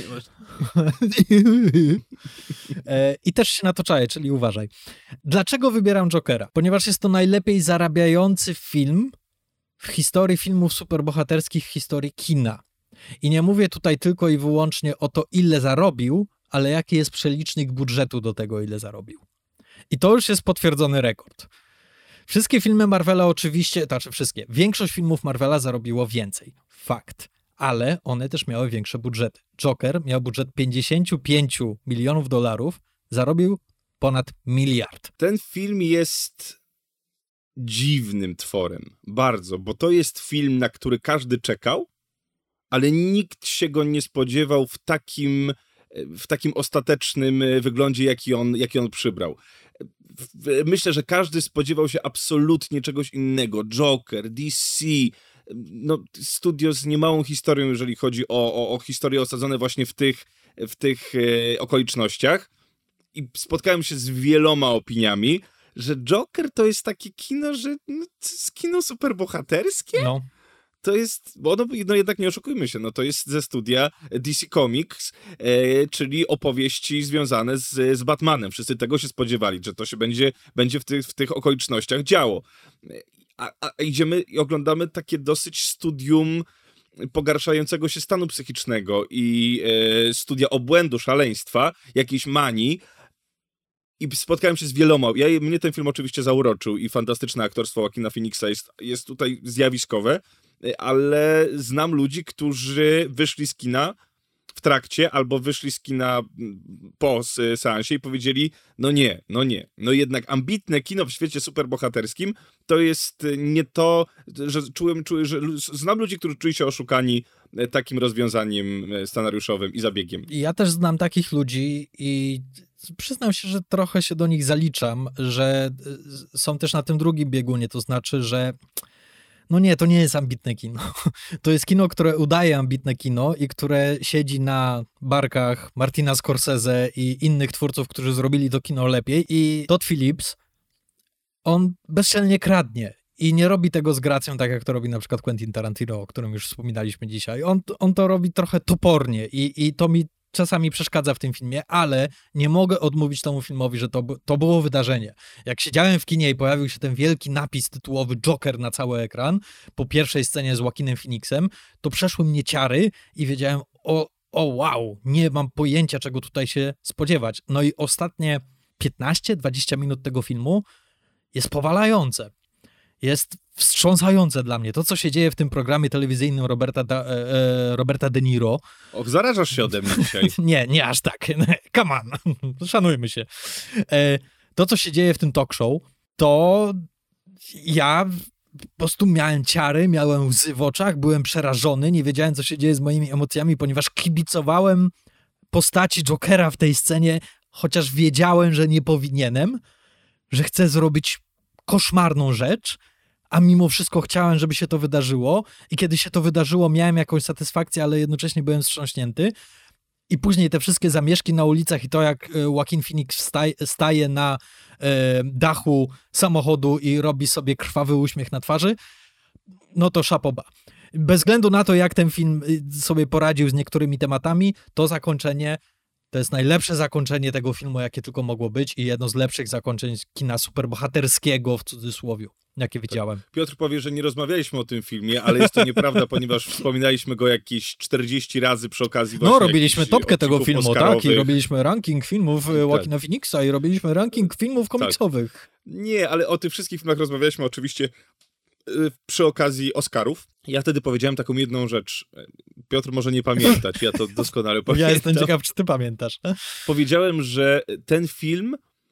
I też się na to czaję, czyli uważaj. Dlaczego wybieram Jokera? Ponieważ jest to najlepiej zarabiający film w historii filmów superbohaterskich, w historii kina. I nie mówię tutaj tylko i wyłącznie o to, ile zarobił, ale jaki jest przelicznik budżetu do tego, ile zarobił. I to już jest potwierdzony rekord. Wszystkie filmy Marvela oczywiście, wszystkie, większość filmów Marvela zarobiło więcej. Fakt. Ale one też miały większe budżety. Joker miał budżet $55 milionów, zarobił ponad miliard. Ten film jest dziwnym tworem. Bardzo, bo to jest film, na który każdy czekał, ale nikt się go nie spodziewał w takim ostatecznym wyglądzie, jaki on przybrał. Myślę, że każdy spodziewał się absolutnie czegoś innego. Joker, DC, no, studio z niemałą historią, jeżeli chodzi o historie osadzone właśnie w tych okolicznościach. I spotkałem się z wieloma opiniami, że Joker to jest takie kino, że to jest kino superbohaterskie. No. To jest, bo no jednak nie oszukujmy się, no to jest ze studia DC Comics, czyli opowieści związane z Batmanem. Wszyscy tego się spodziewali, że to się będzie w tych okolicznościach działo. A idziemy i oglądamy takie dosyć studium pogarszającego się stanu psychicznego i studia obłędu, szaleństwa, jakiejś manii. I spotkałem się z wieloma. Mnie ten film oczywiście zauroczył i fantastyczne aktorstwo Joaquina Phoenixa jest tutaj zjawiskowe, ale znam ludzi, którzy wyszli z kina w trakcie albo wyszli z kina po seansie i powiedzieli, no nie. No jednak ambitne kino w świecie superbohaterskim to jest nie to, że że znam ludzi, którzy czuli się oszukani takim rozwiązaniem scenariuszowym i zabiegiem. Ja też znam takich ludzi i przyznam się, że trochę się do nich zaliczam, że są też na tym drugim biegunie, to znaczy, że no nie, to nie jest ambitne kino. To jest kino, które udaje ambitne kino i które siedzi na barkach Martina Scorsese i innych twórców, którzy zrobili to kino lepiej. I Todd Phillips, on bezczelnie kradnie i nie robi tego z gracją, tak jak to robi na przykład Quentin Tarantino, o którym już wspominaliśmy dzisiaj. On to robi trochę topornie i to mi czasami przeszkadza w tym filmie, ale nie mogę odmówić temu filmowi, że to było wydarzenie. Jak siedziałem w kinie i pojawił się ten wielki napis tytułowy Joker na cały ekran, po pierwszej scenie z Joaquinem Phoenixem, to przeszły mnie ciary i wiedziałem, o wow, nie mam pojęcia, czego tutaj się spodziewać. No i ostatnie 15-20 minut tego filmu jest powalające. Jest wstrząsające dla mnie. To, co się dzieje w tym programie telewizyjnym Roberta De Niro. Och, zarażasz się ode mnie dzisiaj. Nie aż tak. Come on. Szanujmy się. To, co się dzieje w tym talk show, to ja po prostu miałem ciary, miałem łzy w oczach, byłem przerażony, nie wiedziałem, co się dzieje z moimi emocjami, ponieważ kibicowałem postaci Jokera w tej scenie, chociaż wiedziałem, że nie powinienem, że chcę zrobić koszmarną rzecz, a mimo wszystko chciałem, żeby się to wydarzyło i kiedy się to wydarzyło, miałem jakąś satysfakcję, ale jednocześnie byłem wstrząśnięty. I później te wszystkie zamieszki na ulicach i to, jak Joaquin Phoenix staje na dachu samochodu i robi sobie krwawy uśmiech na twarzy, no to szapoba. Bez względu na to, jak ten film sobie poradził z niektórymi tematami, to zakończenie to jest najlepsze zakończenie tego filmu, jakie tylko mogło być i jedno z lepszych zakończeń kina superbohaterskiego, w cudzysłowiu, jakie widziałem. Piotr powie, że nie rozmawialiśmy o tym filmie, ale jest to nieprawda, ponieważ wspominaliśmy go jakieś 40 razy przy okazji właśnie. No, robiliśmy topkę tego filmu, Oscarowych. tak, i robiliśmy ranking filmów Joaquina Phoenixa i robiliśmy ranking filmów komiksowych. Tak. Nie, ale o tych wszystkich filmach rozmawialiśmy oczywiście przy okazji Oscarów. Ja wtedy powiedziałem taką jedną rzecz. Piotr może nie pamiętać, ja to doskonale pamiętam. Ja jestem ciekaw, czy ty pamiętasz. Powiedziałem, że ten film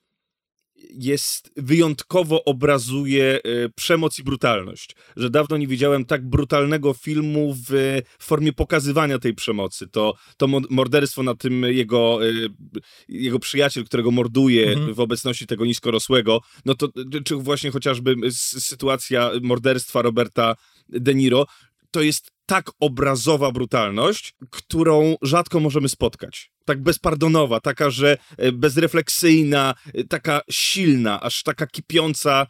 wyjątkowo obrazuje przemoc i brutalność. Że dawno nie widziałem tak brutalnego filmu w formie pokazywania tej przemocy. To morderstwo na tym jego przyjaciel, którego morduje w obecności tego niskorosłego, no to czy właśnie chociażby sytuacja morderstwa Roberta De Niro, to jest tak obrazowa brutalność, którą rzadko możemy spotkać. Tak bezpardonowa, taka, że bezrefleksyjna, taka silna, aż taka kipiąca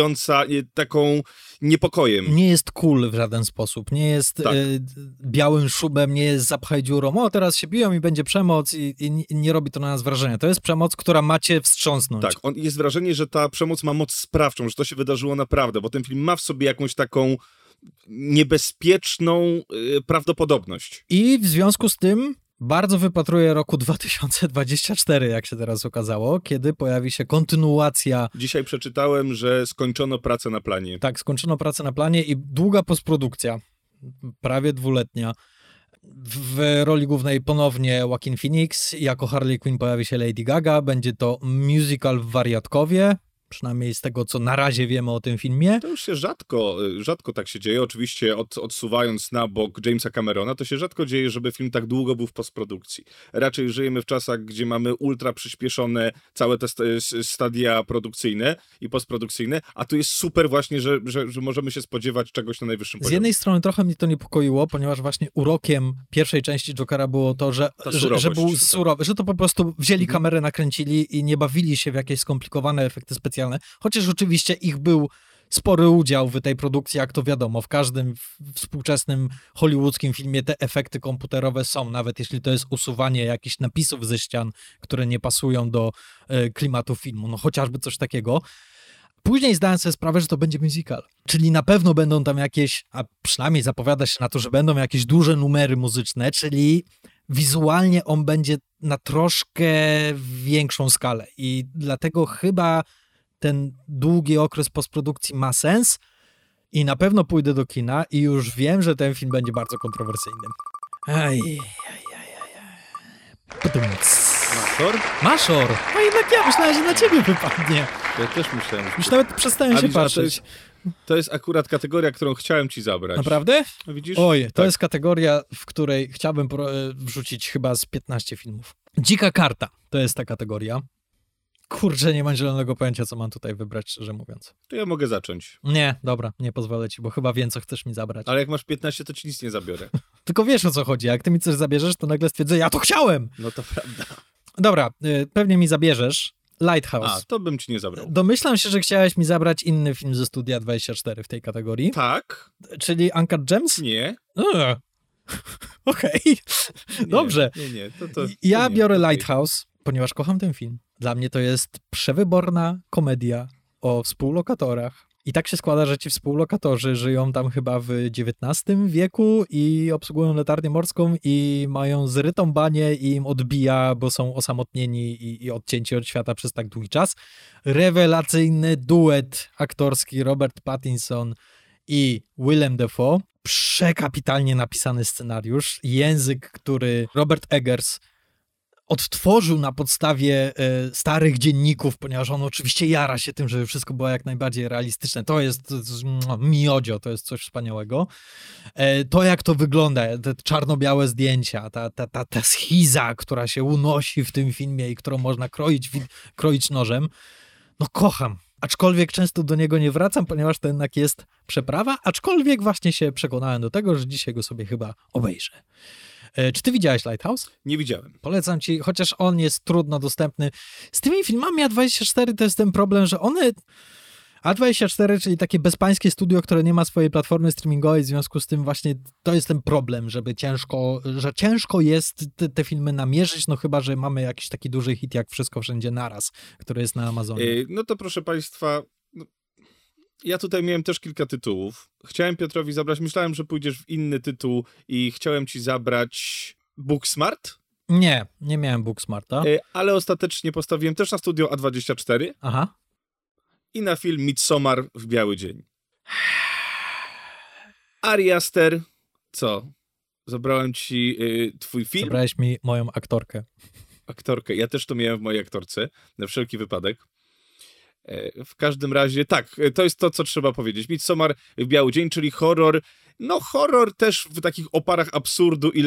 taką niepokojem. Nie jest cool w żaden sposób, nie jest Tak. białym szubem, nie jest zapchaj dziurą, o teraz się biją i będzie przemoc i nie robi to na nas wrażenia. To jest przemoc, która ma cię wstrząsnąć. Tak, jest wrażenie, że ta przemoc ma moc sprawczą, że to się wydarzyło naprawdę, bo ten film ma w sobie jakąś taką niebezpieczną prawdopodobność. I w związku z tym bardzo wypatruję roku 2024, jak się teraz okazało, kiedy pojawi się kontynuacja. Dzisiaj przeczytałem, że skończono pracę na planie. Tak, skończono pracę na planie i długa postprodukcja, prawie 2-letnia. W roli głównej ponownie Joaquin Phoenix, jako Harley Quinn pojawi się Lady Gaga, będzie to musical w wariatkowie, przynajmniej z tego, co na razie wiemy o tym filmie. To już się rzadko tak się dzieje. Oczywiście odsuwając na bok Jamesa Camerona, to się rzadko dzieje, żeby film tak długo był w postprodukcji. Raczej żyjemy w czasach, gdzie mamy ultra przyspieszone całe te stadia produkcyjne i postprodukcyjne, a tu jest super właśnie, że możemy się spodziewać czegoś na najwyższym poziomie. Z jednej strony trochę mnie to niepokoiło, ponieważ właśnie urokiem pierwszej części Jokera było to, że był surowy, że to po prostu wzięli kamerę, nakręcili i nie bawili się w jakieś skomplikowane efekty specjalne. Chociaż oczywiście ich był spory udział w tej produkcji, jak to wiadomo, w każdym współczesnym hollywoodzkim filmie te efekty komputerowe są, nawet jeśli to jest usuwanie jakichś napisów ze ścian, które nie pasują do klimatu filmu, no chociażby coś takiego. Później zdałem sobie sprawę, że to będzie musical, czyli na pewno będą tam jakieś, a przynajmniej zapowiada się na to, że będą jakieś duże numery muzyczne, czyli wizualnie on będzie na troszkę większą skalę i dlatego chyba ten długi okres postprodukcji ma sens i na pewno pójdę do kina i już wiem, że ten film będzie bardzo kontrowersyjny. Maszor? Maszor! No jednak ja myślałem, że na ciebie wypadnie. Ja też myślałem. Już nawet przestałem się patrzeć. To jest akurat kategoria, którą chciałem ci zabrać. Naprawdę? A widzisz? Oj, to Tak. jest kategoria, w której chciałbym wrzucić chyba z 15 filmów. Dzika karta to jest ta kategoria. Kurczę, nie mam zielonego pojęcia, co mam tutaj wybrać, szczerze mówiąc. To ja mogę zacząć. Nie, dobra, nie pozwolę ci, bo chyba wiem, co chcesz mi zabrać. Ale jak masz 15, to ci nic nie zabiorę. Tylko wiesz, o co chodzi. Jak ty mi coś zabierzesz, to nagle stwierdzę, ja to chciałem! No to prawda. Dobra, pewnie mi zabierzesz Lighthouse. A, to bym ci nie zabrał. Domyślam się, że chciałeś mi zabrać inny film ze Studia 24 w tej kategorii. Tak? Czyli Uncut Gems? Nie. Okej. Dobrze. Nie. Ja nie, biorę okej. Lighthouse, ponieważ kocham ten film. Dla mnie to jest przewyborna komedia o współlokatorach. I tak się składa, że ci współlokatorzy żyją tam chyba w XIX wieku i obsługują latarnię morską i mają zrytą banię i im odbija, bo są osamotnieni i odcięci od świata przez tak długi czas. Rewelacyjny duet aktorski Robert Pattinson i Willem Dafoe. Przekapitalnie napisany scenariusz. Język, który Robert Eggers odtworzył na podstawie starych dzienników, ponieważ on oczywiście jara się tym, żeby wszystko było jak najbardziej realistyczne. To jest miodzio, to jest coś wspaniałego. To, jak to wygląda, te czarno-białe zdjęcia, ta schiza, która się unosi w tym filmie i którą można kroić nożem, no kocham. Aczkolwiek często do niego nie wracam, ponieważ to jednak jest przeprawa, aczkolwiek właśnie się przekonałem do tego, że dzisiaj go sobie chyba obejrzę. Czy ty widziałeś Lighthouse? Nie widziałem. Polecam ci, chociaż on jest trudno dostępny. Z tymi filmami A24 to jest ten problem, że one... A24, czyli takie bezpańskie studio, które nie ma swojej platformy streamingowej, w związku z tym właśnie to jest ten problem, że ciężko jest te filmy namierzyć, no chyba, że mamy jakiś taki duży hit jak Wszystko Wszędzie Naraz, który jest na Amazonie. No to proszę państwa, ja tutaj miałem też kilka tytułów. Chciałem Piotrowi zabrać, myślałem, że pójdziesz w inny tytuł i chciałem ci zabrać Booksmart. Nie miałem Booksmarta. Ale ostatecznie postawiłem też na studio A24. Aha. I na film Midsommar w biały dzień. Ari Aster, co? Zabrałem ci twój film? Zabrałeś mi moją Aktorkę. Ja też to miałem w mojej aktorce, na wszelki wypadek. W każdym razie, tak, to jest to, co trzeba powiedzieć. Midsommar w biały dzień, czyli horror No horror też w takich oparach absurdu i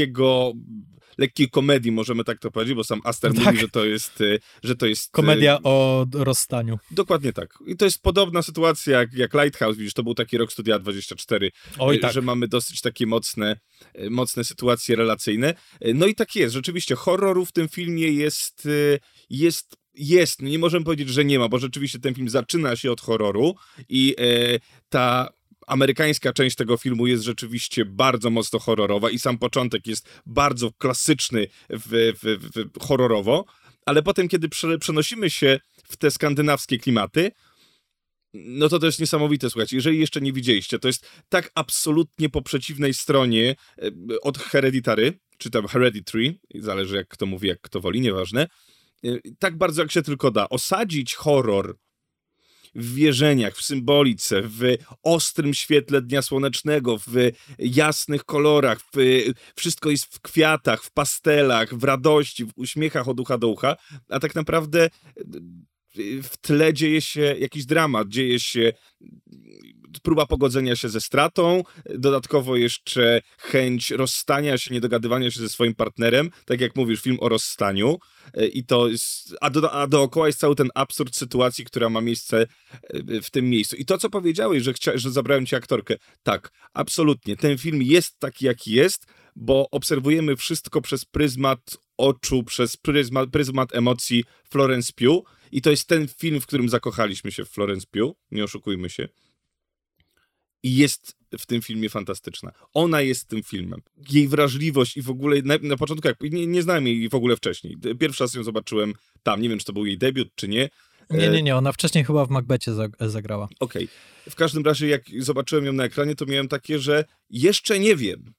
lekkiej komedii, możemy tak to powiedzieć, bo sam Aster mówi, że to jest... Komedia o rozstaniu. Dokładnie tak. I to jest podobna sytuacja jak Lighthouse, widzisz, to był taki rok Studia 24, Tak. że mamy dosyć takie mocne sytuacje relacyjne. No i tak jest, rzeczywiście horroru w tym filmie jest, no nie możemy powiedzieć, że nie ma, bo rzeczywiście ten film zaczyna się od horroru i ta amerykańska część tego filmu jest rzeczywiście bardzo mocno horrorowa i sam początek jest bardzo klasyczny horrorowo, ale potem, kiedy przenosimy się w te skandynawskie klimaty, no to jest niesamowite, słuchajcie. Jeżeli jeszcze nie widzieliście, to jest tak absolutnie po przeciwnej stronie od Hereditary, czy tam Hereditary, zależy jak kto mówi, jak kto woli, nieważne, tak bardzo jak się tylko da. Osadzić horror w wierzeniach, w symbolice, w ostrym świetle dnia słonecznego, w jasnych kolorach, wszystko jest w kwiatach, w pastelach, w radości, w uśmiechach od ucha do ucha, a tak naprawdę w tle dzieje się jakiś dramat, dzieje się próba pogodzenia się ze stratą, dodatkowo jeszcze chęć rozstania się, niedogadywania się ze swoim partnerem, tak jak mówisz, film o rozstaniu i to jest, a dookoła jest cały ten absurd sytuacji, która ma miejsce w tym miejscu. I to, co powiedziałeś, że zabrałem ci aktorkę, tak, absolutnie, ten film jest taki, jaki jest, bo obserwujemy wszystko przez pryzmat oczu, przez pryzmat emocji Florence Pugh i to jest ten film, w którym zakochaliśmy się w Florence Pugh, nie oszukujmy się. I jest w tym filmie fantastyczna. Ona jest tym filmem. Jej wrażliwość i w ogóle na początku, nie znałem jej w ogóle wcześniej. Pierwszy raz ją zobaczyłem tam, nie wiem, czy to był jej debiut, czy nie. Nie, ona wcześniej chyba w Macbethie zagrała. Okej. W każdym razie, jak zobaczyłem ją na ekranie, to miałem takie, że jeszcze nie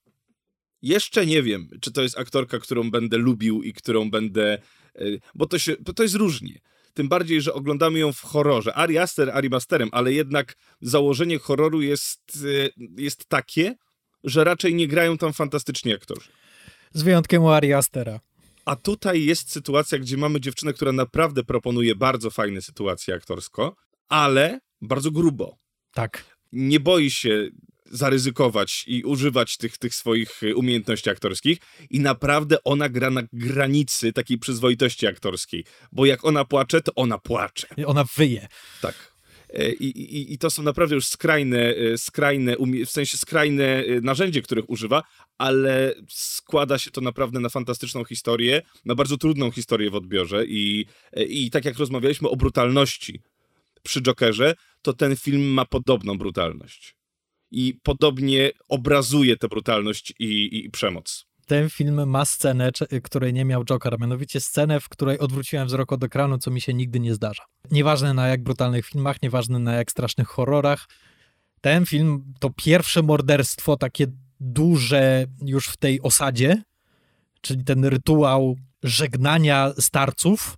wiem, czy to jest aktorka, którą będę lubił i którą będę... Bo to jest różnie. Tym bardziej, że oglądamy ją w horrorze. Ari Asterem, ale jednak założenie horroru jest takie, że raczej nie grają tam fantastyczni aktorzy. Z wyjątkiem Ari Astera. A tutaj jest sytuacja, gdzie mamy dziewczynę, która naprawdę proponuje bardzo fajne sytuacje aktorsko, ale bardzo grubo. Tak. Nie boi się zaryzykować i używać tych swoich umiejętności aktorskich i naprawdę ona gra na granicy takiej przyzwoitości aktorskiej, bo jak ona płacze, to ona płacze. I ona wyje. Tak. I to są naprawdę już skrajne narzędzie, których używa, ale składa się to naprawdę na fantastyczną historię, na bardzo trudną historię w odbiorze i tak jak rozmawialiśmy o brutalności przy Jokerze, to ten film ma podobną brutalność. I podobnie obrazuje tę brutalność i przemoc. Ten film ma scenę, której nie miał Joker, a mianowicie scenę, w której odwróciłem wzrok od ekranu, co mi się nigdy nie zdarza. Nieważne na jak brutalnych filmach, nieważne na jak strasznych horrorach. Ten film to pierwsze morderstwo, takie duże już w tej osadzie, czyli ten rytuał żegnania starców.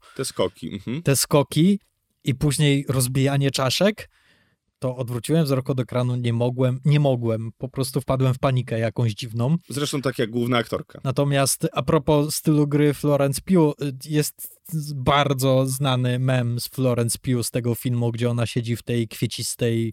Te skoki i później rozbijanie czaszek. To odwróciłem wzrok od ekranu, nie mogłem, po prostu wpadłem w panikę jakąś dziwną. Zresztą tak jak główna aktorka. Natomiast a propos stylu gry Florence Pugh, jest bardzo znany mem z Florence Pugh z tego filmu, gdzie ona siedzi w tej kwiecistej,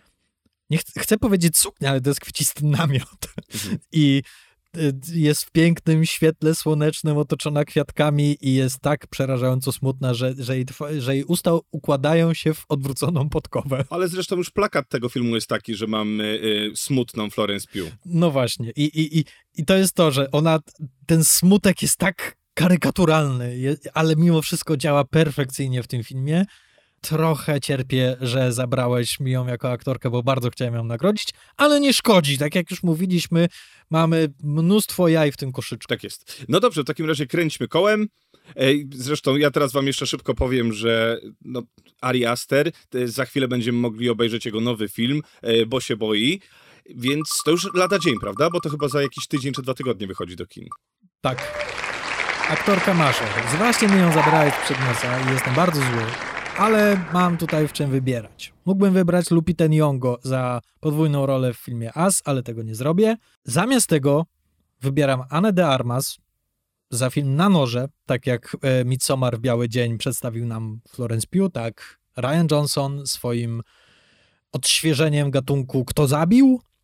chcę powiedzieć suknia, ale to jest kwiecisty namiot. I jest w pięknym świetle słonecznym, otoczona kwiatkami i jest tak przerażająco smutna, że jej usta układają się w odwróconą podkowę. Ale zresztą już plakat tego filmu jest taki, że mamy smutną Florence Pugh. No właśnie. I to jest to, że ten smutek jest tak karykaturalny, ale mimo wszystko działa perfekcyjnie w tym filmie. Trochę cierpię, że zabrałeś mi ją jako aktorkę, bo bardzo chciałem ją nagrodzić, ale nie szkodzi. Tak jak już mówiliśmy, mamy mnóstwo jaj w tym koszyczku. Tak jest. No dobrze, w takim razie kręćmy kołem. Zresztą ja teraz wam jeszcze szybko powiem, że Ari Aster, za chwilę będziemy mogli obejrzeć jego nowy film, Bo się boi, więc to już lada dzień, prawda? Bo to chyba za jakiś tydzień czy 2 tygodnie wychodzi do kin. Tak. Aktorka masz. Zwłaszcza mi ją zabrałeś przed nosa i jestem bardzo zły. Ale mam tutaj w czym wybierać. Mógłbym wybrać Lupitę Nyong'o za podwójną rolę w filmie As, ale tego nie zrobię. Zamiast tego wybieram Annę de Armas za film Na noże, tak jak Midsommar w Biały Dzień przedstawił nam Florence Pugh, tak Rian Johnson swoim odświeżeniem gatunku Kto zabił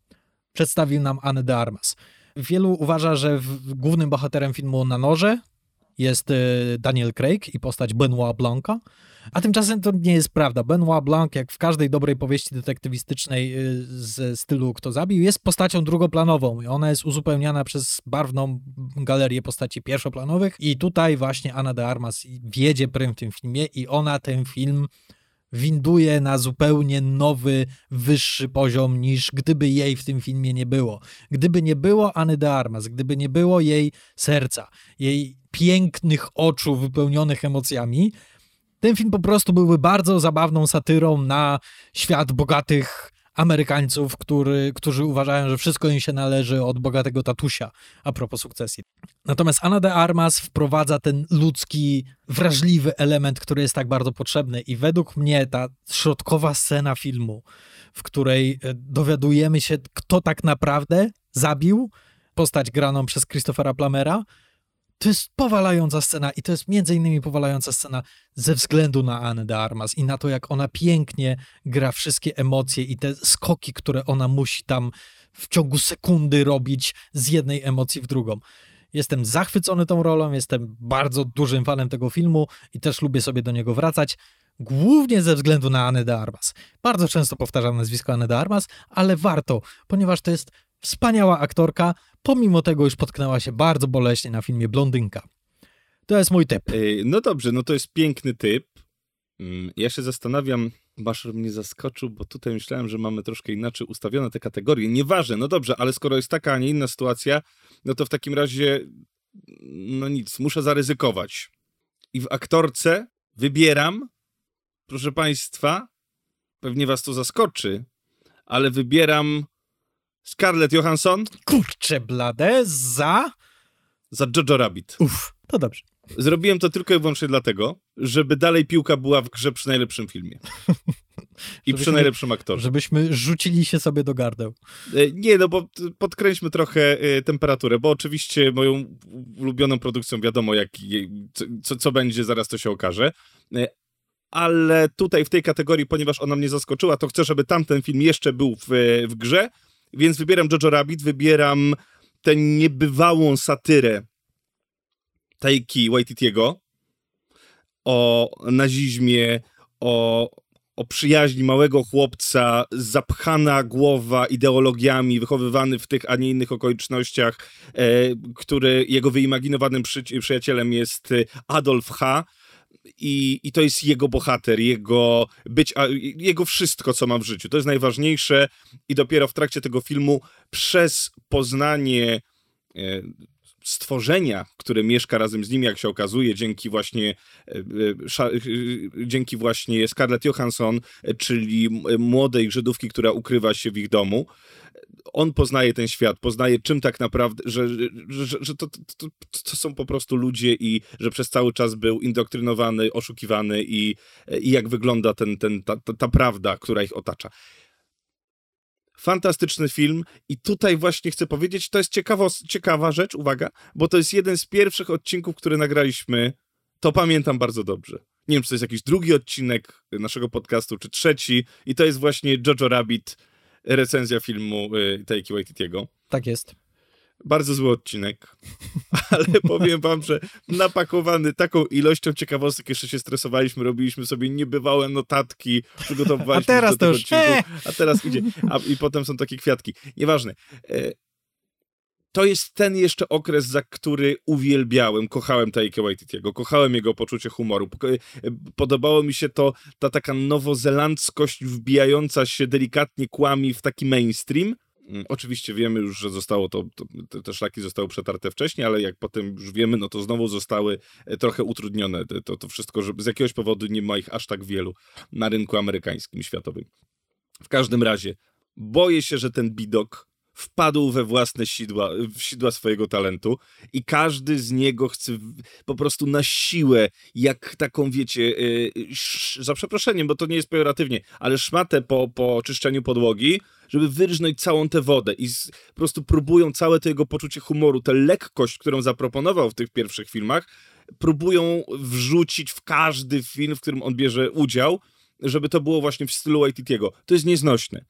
przedstawił nam Annę de Armas. Wielu uważa, że głównym bohaterem filmu Na noże jest Daniel Craig i postać Benoit Blanca, a tymczasem to nie jest prawda. Benoit Blanc, jak w każdej dobrej powieści detektywistycznej ze stylu Kto zabił, jest postacią drugoplanową i ona jest uzupełniana przez barwną galerię postaci pierwszoplanowych i tutaj właśnie Anna de Armas wiedzie prym w tym filmie i ona ten film winduje na zupełnie nowy, wyższy poziom niż gdyby jej w tym filmie nie było. Gdyby nie było Anny de Armas, gdyby nie było jej serca, jej pięknych oczu wypełnionych emocjami, ten film po prostu byłby bardzo zabawną satyrą na świat bogatych Amerykańców, którzy uważają, że wszystko im się należy od bogatego tatusia a propos sukcesji. Natomiast Anna de Armas wprowadza ten ludzki, wrażliwy element, który jest tak bardzo potrzebny i według mnie ta środkowa scena filmu, w której dowiadujemy się, kto tak naprawdę zabił postać graną przez Christophera Plummera, to jest powalająca scena i to jest między innymi powalająca scena ze względu na Annę de Armas i na to, jak ona pięknie gra wszystkie emocje i te skoki, które ona musi tam w ciągu sekundy robić z jednej emocji w drugą. Jestem zachwycony tą rolą, jestem bardzo dużym fanem tego filmu i też lubię sobie do niego wracać, głównie ze względu na Annę de Armas. Bardzo często powtarzam nazwisko Anny de Armas, ale warto, ponieważ to jest wspaniała aktorka, pomimo tego już potknęła się bardzo boleśnie na filmie Blondynka. To jest mój typ. No dobrze, no to jest piękny typ. Ja się zastanawiam, Baszar mnie zaskoczył, bo tutaj myślałem, że mamy troszkę inaczej ustawione te kategorie. Nieważne, no dobrze, ale skoro jest taka, a nie inna sytuacja, no to w takim razie, no nic, muszę zaryzykować. I w aktorce wybieram, proszę państwa, pewnie was to zaskoczy, ale wybieram Scarlett Johansson. Kurczę blade, za Jojo Rabbit. To dobrze. Zrobiłem to tylko i wyłącznie dlatego, żeby dalej piłka była w grze przy najlepszym filmie. I przy najlepszym aktorze. Żebyśmy rzucili się sobie do gardeł. Nie, no bo podkręćmy trochę temperaturę, bo oczywiście moją ulubioną produkcją wiadomo, co będzie, zaraz to się okaże. Ale tutaj w tej kategorii, ponieważ ona mnie zaskoczyła, to chcę, żeby tamten film jeszcze był w grze, więc wybieram Jojo Rabbit, wybieram tę niebywałą satyrę Taiki Waititiego o nazizmie, o przyjaźni małego chłopca, zapchana głowa ideologiami, wychowywany w tych, a nie innych okolicznościach, który jego wyimaginowanym przyjacielem jest Adolf H., I to jest jego bohater, jego wszystko, co ma w życiu. To jest najważniejsze i dopiero w trakcie tego filmu przez poznanie stworzenia, które mieszka razem z nim, jak się okazuje, dzięki właśnie Scarlett Johansson, czyli młodej Żydówki, która ukrywa się w ich domu, on poznaje ten świat, poznaje czym tak naprawdę, że to są po prostu ludzie i że przez cały czas był indoktrynowany, oszukiwany i jak wygląda ta prawda, która ich otacza. Fantastyczny film i tutaj właśnie chcę powiedzieć, to jest ciekawa rzecz, uwaga, bo to jest jeden z pierwszych odcinków, które nagraliśmy, to pamiętam bardzo dobrze. Nie wiem, czy to jest jakiś drugi odcinek naszego podcastu, czy trzeci i to jest właśnie Jojo Rabbit, recenzja filmu Taiki Waititiego. Tak jest. Bardzo zły odcinek, ale powiem wam, że napakowany taką ilością ciekawostek, jeszcze się stresowaliśmy, robiliśmy sobie niebywałe notatki, przygotowywaliśmy do tego odcinku, a teraz idzie, i potem są takie kwiatki. Nieważne. To jest ten jeszcze okres, za który uwielbiałem, kochałem Taikę Waititiego, kochałem jego poczucie humoru. Podobało mi się ta taka nowozelandzkość wbijająca się delikatnie kłami w taki mainstream. Oczywiście wiemy już, że te szlaki zostały przetarte wcześniej, ale jak potem już wiemy, no to znowu zostały trochę utrudnione. To wszystko, że z jakiegoś powodu nie ma ich aż tak wielu na rynku amerykańskim, światowym. W każdym razie, boję się, że ten bidok wpadł we własne sidła swojego talentu i każdy z niego chce po prostu na siłę, jak taką, wiecie, za przeproszeniem, bo to nie jest pejoratywnie, ale szmatę po czyszczeniu podłogi, żeby wyrżnąć całą tę wodę i po prostu próbują całe to jego poczucie humoru, tę lekkość, którą zaproponował w tych pierwszych filmach, próbują wrzucić w każdy film, w którym on bierze udział, żeby to było właśnie w stylu Waititiego. To jest nieznośne.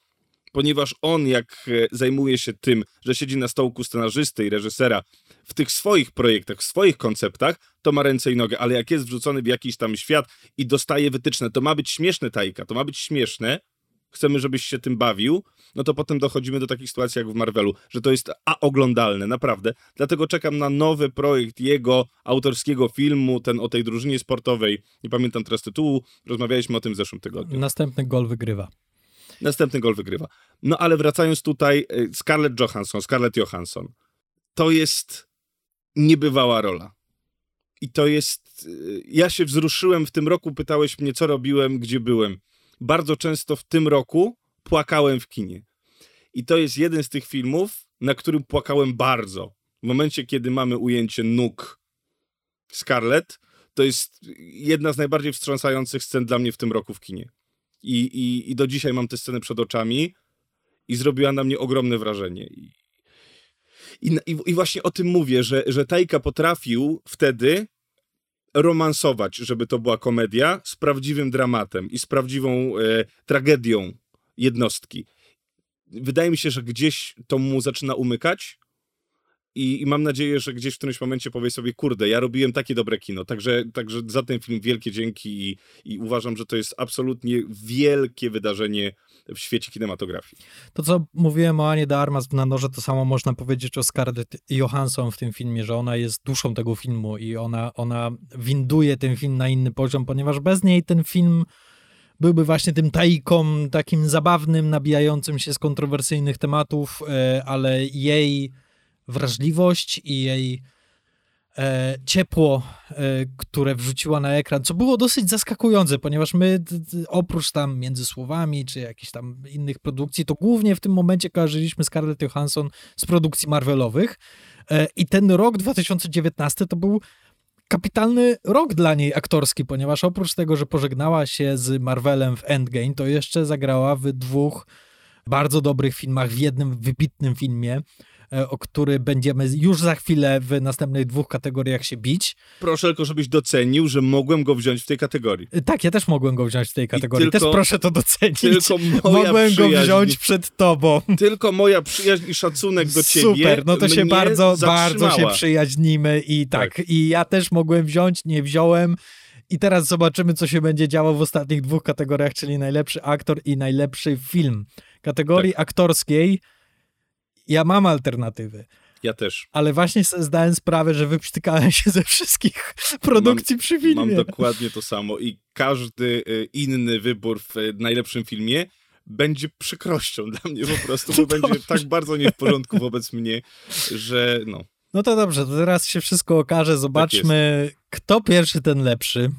ponieważ on jak zajmuje się tym, że siedzi na stołku scenarzysty i reżysera w tych swoich projektach, w swoich konceptach, to ma ręce i nogę, ale jak jest wrzucony w jakiś tam świat i dostaje wytyczne, to ma być śmieszne, Taika, to ma być śmieszne, chcemy, żebyś się tym bawił, no to potem dochodzimy do takich sytuacji jak w Marvelu, że to jest oglądalne, naprawdę. Dlatego czekam na nowy projekt jego autorskiego filmu, ten o tej drużynie sportowej, nie pamiętam teraz tytułu, rozmawialiśmy o tym w zeszłym tygodniu. Następny gol wygrywa. No ale wracając tutaj, Scarlett Johansson, to jest niebywała rola. I to jest... Ja się wzruszyłem w tym roku, pytałeś mnie, co robiłem, gdzie byłem. Bardzo często w tym roku płakałem w kinie. I to jest jeden z tych filmów, na którym płakałem bardzo. W momencie, kiedy mamy ujęcie nóg Scarlett, to jest jedna z najbardziej wstrząsających scen dla mnie w tym roku w kinie. I do dzisiaj mam tę scenę przed oczami i zrobiła na mnie ogromne wrażenie. I właśnie o tym mówię, że Taika potrafił wtedy romansować, żeby to była komedia, z prawdziwym dramatem i z prawdziwą tragedią jednostki. Wydaje mi się, że gdzieś to mu zaczyna umykać i mam nadzieję, że gdzieś w którymś momencie powie sobie, kurde, ja robiłem takie dobre kino, także za ten film wielkie dzięki i uważam, że to jest absolutnie wielkie wydarzenie w świecie kinematografii. To, co mówiłem o Anie de Armas na Norze, to samo można powiedzieć o Scarlett Johansson w tym filmie, że ona jest duszą tego filmu i ona winduje ten film na inny poziom, ponieważ bez niej ten film byłby właśnie tym Taiką, takim zabawnym, nabijającym się z kontrowersyjnych tematów, ale jej wrażliwość i jej ciepło, które wrzuciła na ekran, co było dosyć zaskakujące, ponieważ my oprócz tam Między Słowami, czy jakichś tam innych produkcji, to głównie w tym momencie kojarzyliśmy Scarlett Johansson z produkcji Marvelowych i ten rok 2019 to był kapitalny rok dla niej aktorski, ponieważ oprócz tego, że pożegnała się z Marvelem w Endgame, to jeszcze zagrała w 2 bardzo dobrych filmach, w jednym wybitnym filmie, o który będziemy już za chwilę w następnych 2 kategoriach się bić. Proszę tylko, żebyś docenił, że mogłem go wziąć w tej kategorii. Tak, ja też mogłem go wziąć w tej kategorii. Też proszę to docenić. Tylko mogłem go wziąć przed tobą. Tylko moja przyjaźń i szacunek do ciebie. Super, no to się bardzo zatrzymała. się przyjaźnimy i tak. I ja też mogłem wziąć, nie wziąłem. I teraz zobaczymy, co się będzie działo w ostatnich 2 kategoriach, czyli najlepszy aktor i najlepszy film. Kategorii aktorskiej ja mam alternatywy. Ja też. Ale właśnie sobie zdałem sprawę, że wyprztykałem się ze wszystkich produkcji przy filmie. Mam dokładnie to samo i każdy inny wybór w najlepszym filmie będzie przykrością dla mnie po prostu, bo będzie tak bardzo nie w porządku wobec mnie, że no. No to dobrze, to teraz się wszystko okaże. Zobaczmy, kto pierwszy, ten lepszy.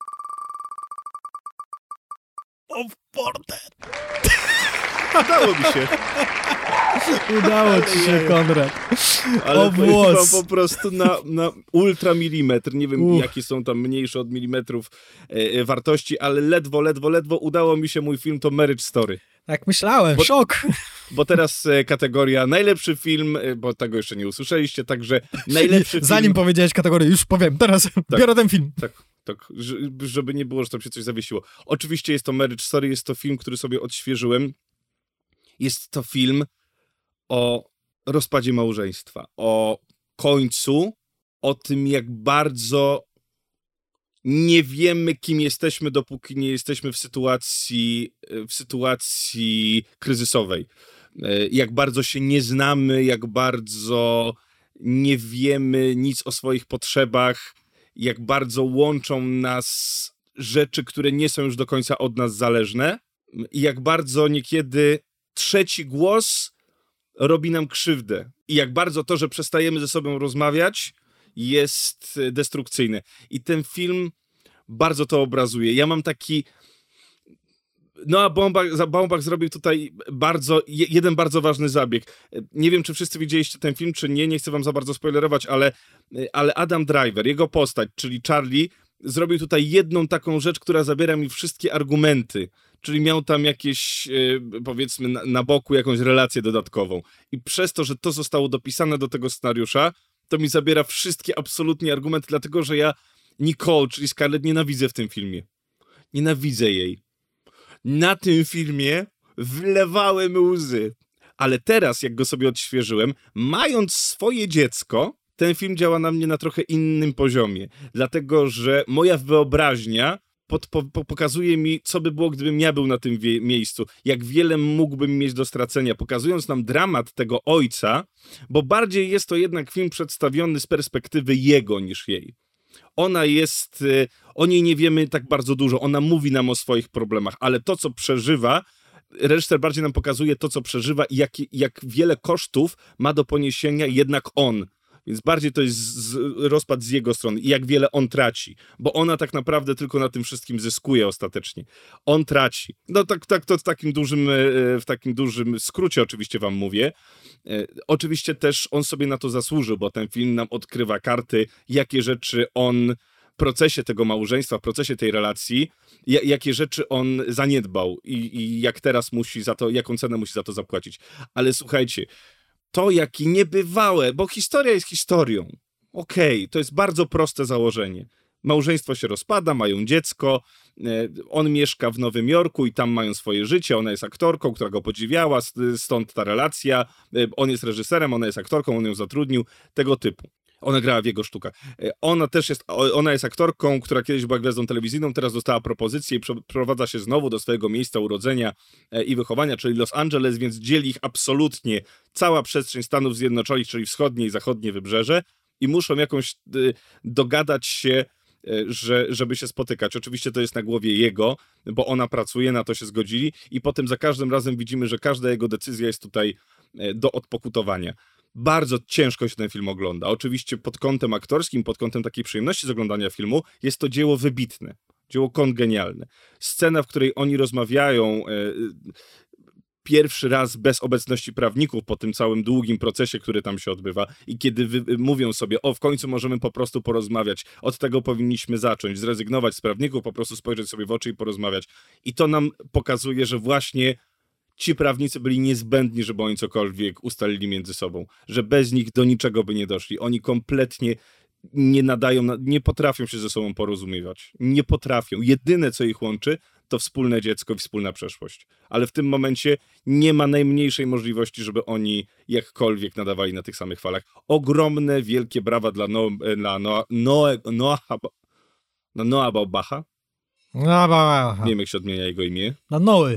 Udało mi się. Udało ci się, Konrad. Ale mam po prostu na ultramilimetr. Nie wiem, jakie są tam mniejsze od milimetrów wartości, ale ledwo udało mi się mój film, to Marriage Story. Tak myślałem, szok. Bo teraz kategoria najlepszy film, bo tego jeszcze nie usłyszeliście, także najlepszy film... Zanim powiedziałeś kategorię, już powiem, teraz biorę ten film. Tak, żeby nie było, że tam się coś zawiesiło. Oczywiście jest to Marriage Story, jest to film, który sobie odświeżyłem. Jest to film o rozpadzie małżeństwa, o końcu, o tym, jak bardzo nie wiemy, kim jesteśmy, dopóki nie jesteśmy w sytuacji kryzysowej. Jak bardzo się nie znamy, jak bardzo nie wiemy nic o swoich potrzebach, jak bardzo łączą nas rzeczy, które nie są już do końca od nas zależne i jak bardzo niekiedy trzeci głos robi nam krzywdę. I jak bardzo to, że przestajemy ze sobą rozmawiać, jest destrukcyjne. I ten film bardzo to obrazuje. Ja mam taki... Noah Baumbach zrobił tutaj jeden bardzo ważny zabieg. Nie wiem, czy wszyscy widzieliście ten film, czy nie chcę wam za bardzo spoilerować, ale Adam Driver, jego postać, czyli Charlie, zrobił tutaj jedną taką rzecz, która zabiera mi wszystkie argumenty. Czyli miał tam jakieś, powiedzmy, na boku jakąś relację dodatkową. I przez to, że to zostało dopisane do tego scenariusza, to mi zabiera wszystkie absolutnie argumenty, dlatego że ja Nicole, czyli Scarlett, nienawidzę w tym filmie. Nienawidzę jej. Na tym filmie wlewałem łzy. Ale teraz, jak go sobie odświeżyłem, mając swoje dziecko, ten film działa na mnie na trochę innym poziomie. Dlatego, że moja wyobraźnia pokazuje mi, co by było, gdybym ja był na tym miejscu. Jak wiele mógłbym mieć do stracenia, pokazując nam dramat tego ojca, bo bardziej jest to jednak film przedstawiony z perspektywy jego niż jej. Ona jest, o niej nie wiemy tak bardzo dużo, ona mówi nam o swoich problemach, ale to, co przeżywa, reżyser bardziej nam pokazuje to, co przeżywa i jak wiele kosztów ma do poniesienia jednak on. Więc bardziej to jest rozpad z jego strony i jak wiele on traci, bo ona tak naprawdę tylko na tym wszystkim zyskuje ostatecznie. On traci. No tak to w takim dużym skrócie oczywiście wam mówię. Oczywiście też on sobie na to zasłużył, bo ten film nam odkrywa karty, jakie rzeczy on w procesie tego małżeństwa, w procesie tej relacji, jakie rzeczy on zaniedbał i jak teraz musi za to, jaką cenę musi za to zapłacić. Ale słuchajcie, to jakie niebywałe, bo historia jest historią. Okej, to jest bardzo proste założenie. Małżeństwo się rozpada, mają dziecko, on mieszka w Nowym Jorku i tam mają swoje życie, ona jest aktorką, która go podziwiała, stąd ta relacja, on jest reżyserem, ona jest aktorką, on ją zatrudnił, tego typu. Ona grała w jego sztukach. Ona jest aktorką, która kiedyś była gwiazdą telewizyjną, teraz dostała propozycję i przeprowadza się znowu do swojego miejsca urodzenia i wychowania, czyli Los Angeles, więc dzieli ich absolutnie cała przestrzeń Stanów Zjednoczonych, czyli wschodnie i zachodnie wybrzeże i muszą jakąś dogadać się, żeby się spotykać. Oczywiście to jest na głowie jego, bo ona pracuje, na to się zgodzili i potem za każdym razem widzimy, że każda jego decyzja jest tutaj do odpokutowania. Bardzo ciężko się ten film ogląda. Oczywiście pod kątem aktorskim, pod kątem takiej przyjemności z oglądania filmu jest to dzieło wybitne, dzieło kongenialne. Scena, w której oni rozmawiają pierwszy raz bez obecności prawników po tym całym długim procesie, który tam się odbywa i kiedy mówią sobie, w końcu możemy po prostu porozmawiać, od tego powinniśmy zacząć, zrezygnować z prawników, po prostu spojrzeć sobie w oczy i porozmawiać. I to nam pokazuje, że właśnie ci prawnicy byli niezbędni, żeby oni cokolwiek ustalili między sobą, że bez nich do niczego by nie doszli. Oni kompletnie nie potrafią się ze sobą porozumiewać. Nie potrafią. Jedyne, co ich łączy, to wspólne dziecko i wspólna przeszłość. Ale w tym momencie nie ma najmniejszej możliwości, żeby oni jakkolwiek nadawali na tych samych falach. Ogromne, wielkie brawa dla Noah Baubacha. Nie wiem, jak się odmienia jego imię. Noe?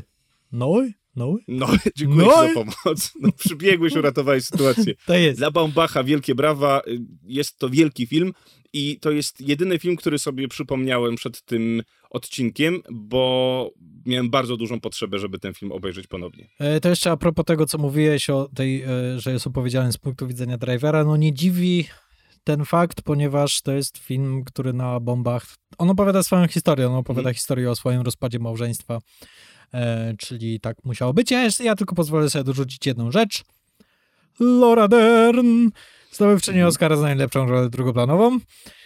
No, dziękuję ci za pomoc. Przybiegłeś, uratowałeś sytuację. To jest. Dla Baumbacha wielkie brawa. Jest to wielki film i to jest jedyny film, który sobie przypomniałem przed tym odcinkiem, bo miałem bardzo dużą potrzebę, żeby ten film obejrzeć ponownie. To jeszcze a propos tego, co mówiłeś o tej, że jest opowiedziany z punktu widzenia Drivera, no nie dziwi ten fakt, ponieważ to jest film, który na bombach, on opowiada swoją historię, on opowiada historię o swoim rozpadzie małżeństwa, czyli tak musiało być. Ja tylko pozwolę sobie dorzucić jedną rzecz. Laura Dern, zdobywczyni Oscara za najlepszą rolę drugoplanową.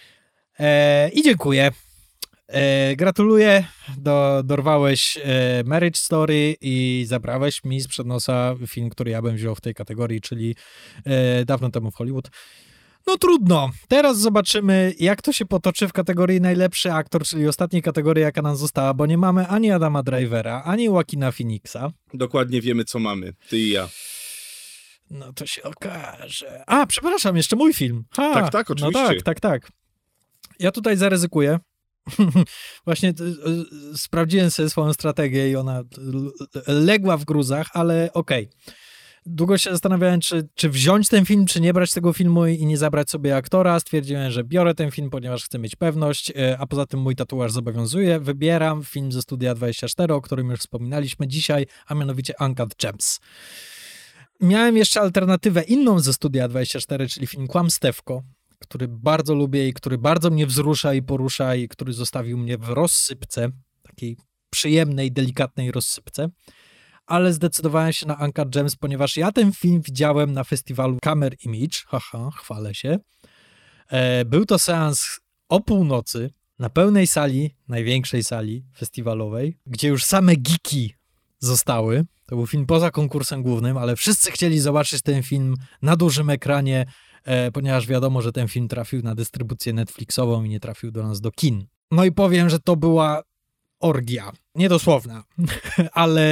I dziękuję. Gratuluję, dorwałeś Marriage Story i zabrałeś mi sprzed nosa film, który ja bym wziął w tej kategorii, czyli Dawno temu w Hollywood. No trudno. Teraz zobaczymy, jak to się potoczy w kategorii najlepszy aktor, czyli ostatniej kategorii, jaka nam została, bo nie mamy ani Adama Drivera, ani Joaquina Phoenixa. Dokładnie wiemy, co mamy. Ty i ja. No to się okaże. Przepraszam, jeszcze mój film. Tak, oczywiście. No tak. Ja tutaj zaryzykuję. Właśnie sprawdziłem sobie swoją strategię i ona legła w gruzach, ale okej. Długo się zastanawiałem, czy wziąć ten film, czy nie brać tego filmu i nie zabrać sobie aktora. Stwierdziłem, że biorę ten film, ponieważ chcę mieć pewność, a poza tym mój tatuaż zobowiązuje. Wybieram film ze Studia 24, o którym już wspominaliśmy dzisiaj, a mianowicie Uncut Gems. Miałem jeszcze alternatywę inną ze Studia 24, czyli film Kłamstewko, który bardzo lubię i który bardzo mnie wzrusza i porusza i który zostawił mnie w rozsypce, takiej przyjemnej, delikatnej rozsypce. Ale zdecydowałem się na Uncut Gems, ponieważ ja ten film widziałem na festiwalu Camera Image. Chwalę się. Był to seans o północy na pełnej sali, największej sali festiwalowej, gdzie już same geeki zostały. To był film poza konkursem głównym, ale wszyscy chcieli zobaczyć ten film na dużym ekranie, ponieważ wiadomo, że ten film trafił na dystrybucję Netflixową i nie trafił do nas do kin. No i powiem, że to była orgia. Niedosłowna, ale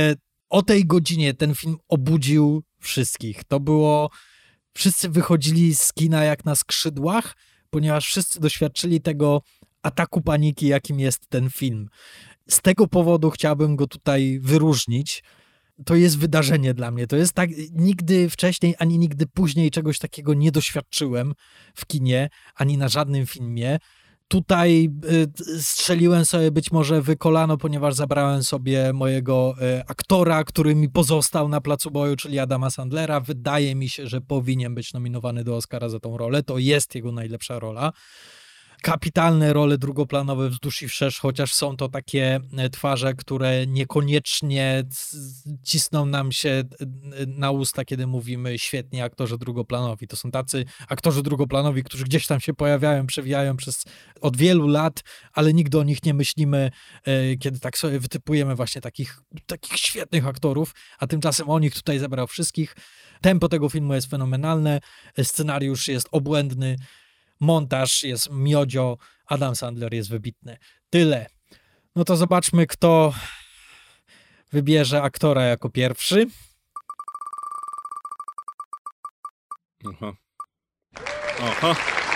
O tej godzinie ten film obudził wszystkich. To było... Wszyscy wychodzili z kina jak na skrzydłach, ponieważ wszyscy doświadczyli tego ataku paniki, jakim jest ten film. Z tego powodu chciałbym go tutaj wyróżnić. To jest wydarzenie dla mnie. To jest tak, nigdy wcześniej, ani nigdy później czegoś takiego nie doświadczyłem w kinie, ani na żadnym filmie. Tutaj strzeliłem sobie być może w kolano, ponieważ zabrałem sobie mojego aktora, który mi pozostał na placu boju, czyli Adama Sandlera. Wydaje mi się, że powinien być nominowany do Oscara za tą rolę. To jest jego najlepsza rola. Kapitalne role drugoplanowe wzdłuż i wszerz, chociaż są to takie twarze, które niekoniecznie cisną nam się na usta, kiedy mówimy świetni aktorzy drugoplanowi. To są tacy aktorzy drugoplanowi, którzy gdzieś tam się pojawiają, przewijają od wielu lat, ale nigdy o nich nie myślimy, kiedy tak sobie wytypujemy właśnie takich świetnych aktorów, a tymczasem on ich tutaj zebrał wszystkich. Tempo tego filmu jest fenomenalne, scenariusz jest obłędny, montaż jest miodzio, Adam Sandler jest wybitny. Tyle. No to zobaczmy, kto wybierze aktora jako pierwszy. Aha. Aha.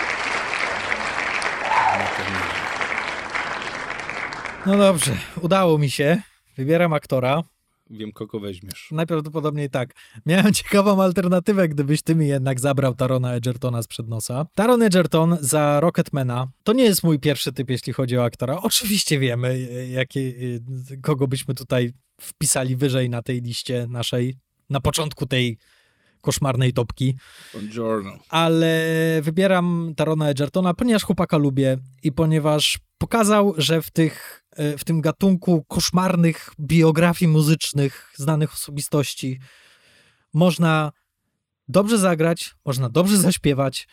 No dobrze, udało mi się. Wybieram aktora. Wiem, kogo weźmiesz. Najprawdopodobniej tak. Miałem ciekawą alternatywę, gdybyś ty mi jednak zabrał Tarona Egertona sprzed nosa. Taron Egerton za Rocketmana to nie jest mój pierwszy typ, jeśli chodzi o aktora. Oczywiście wiemy, kogo byśmy tutaj wpisali wyżej na tej liście naszej, na początku tej koszmarnej topki. Buongiorno. Ale wybieram Tarona Egertona, ponieważ chłopaka lubię i ponieważ pokazał, że w tym gatunku koszmarnych biografii muzycznych, znanych osobistości można dobrze zagrać, można dobrze zaśpiewać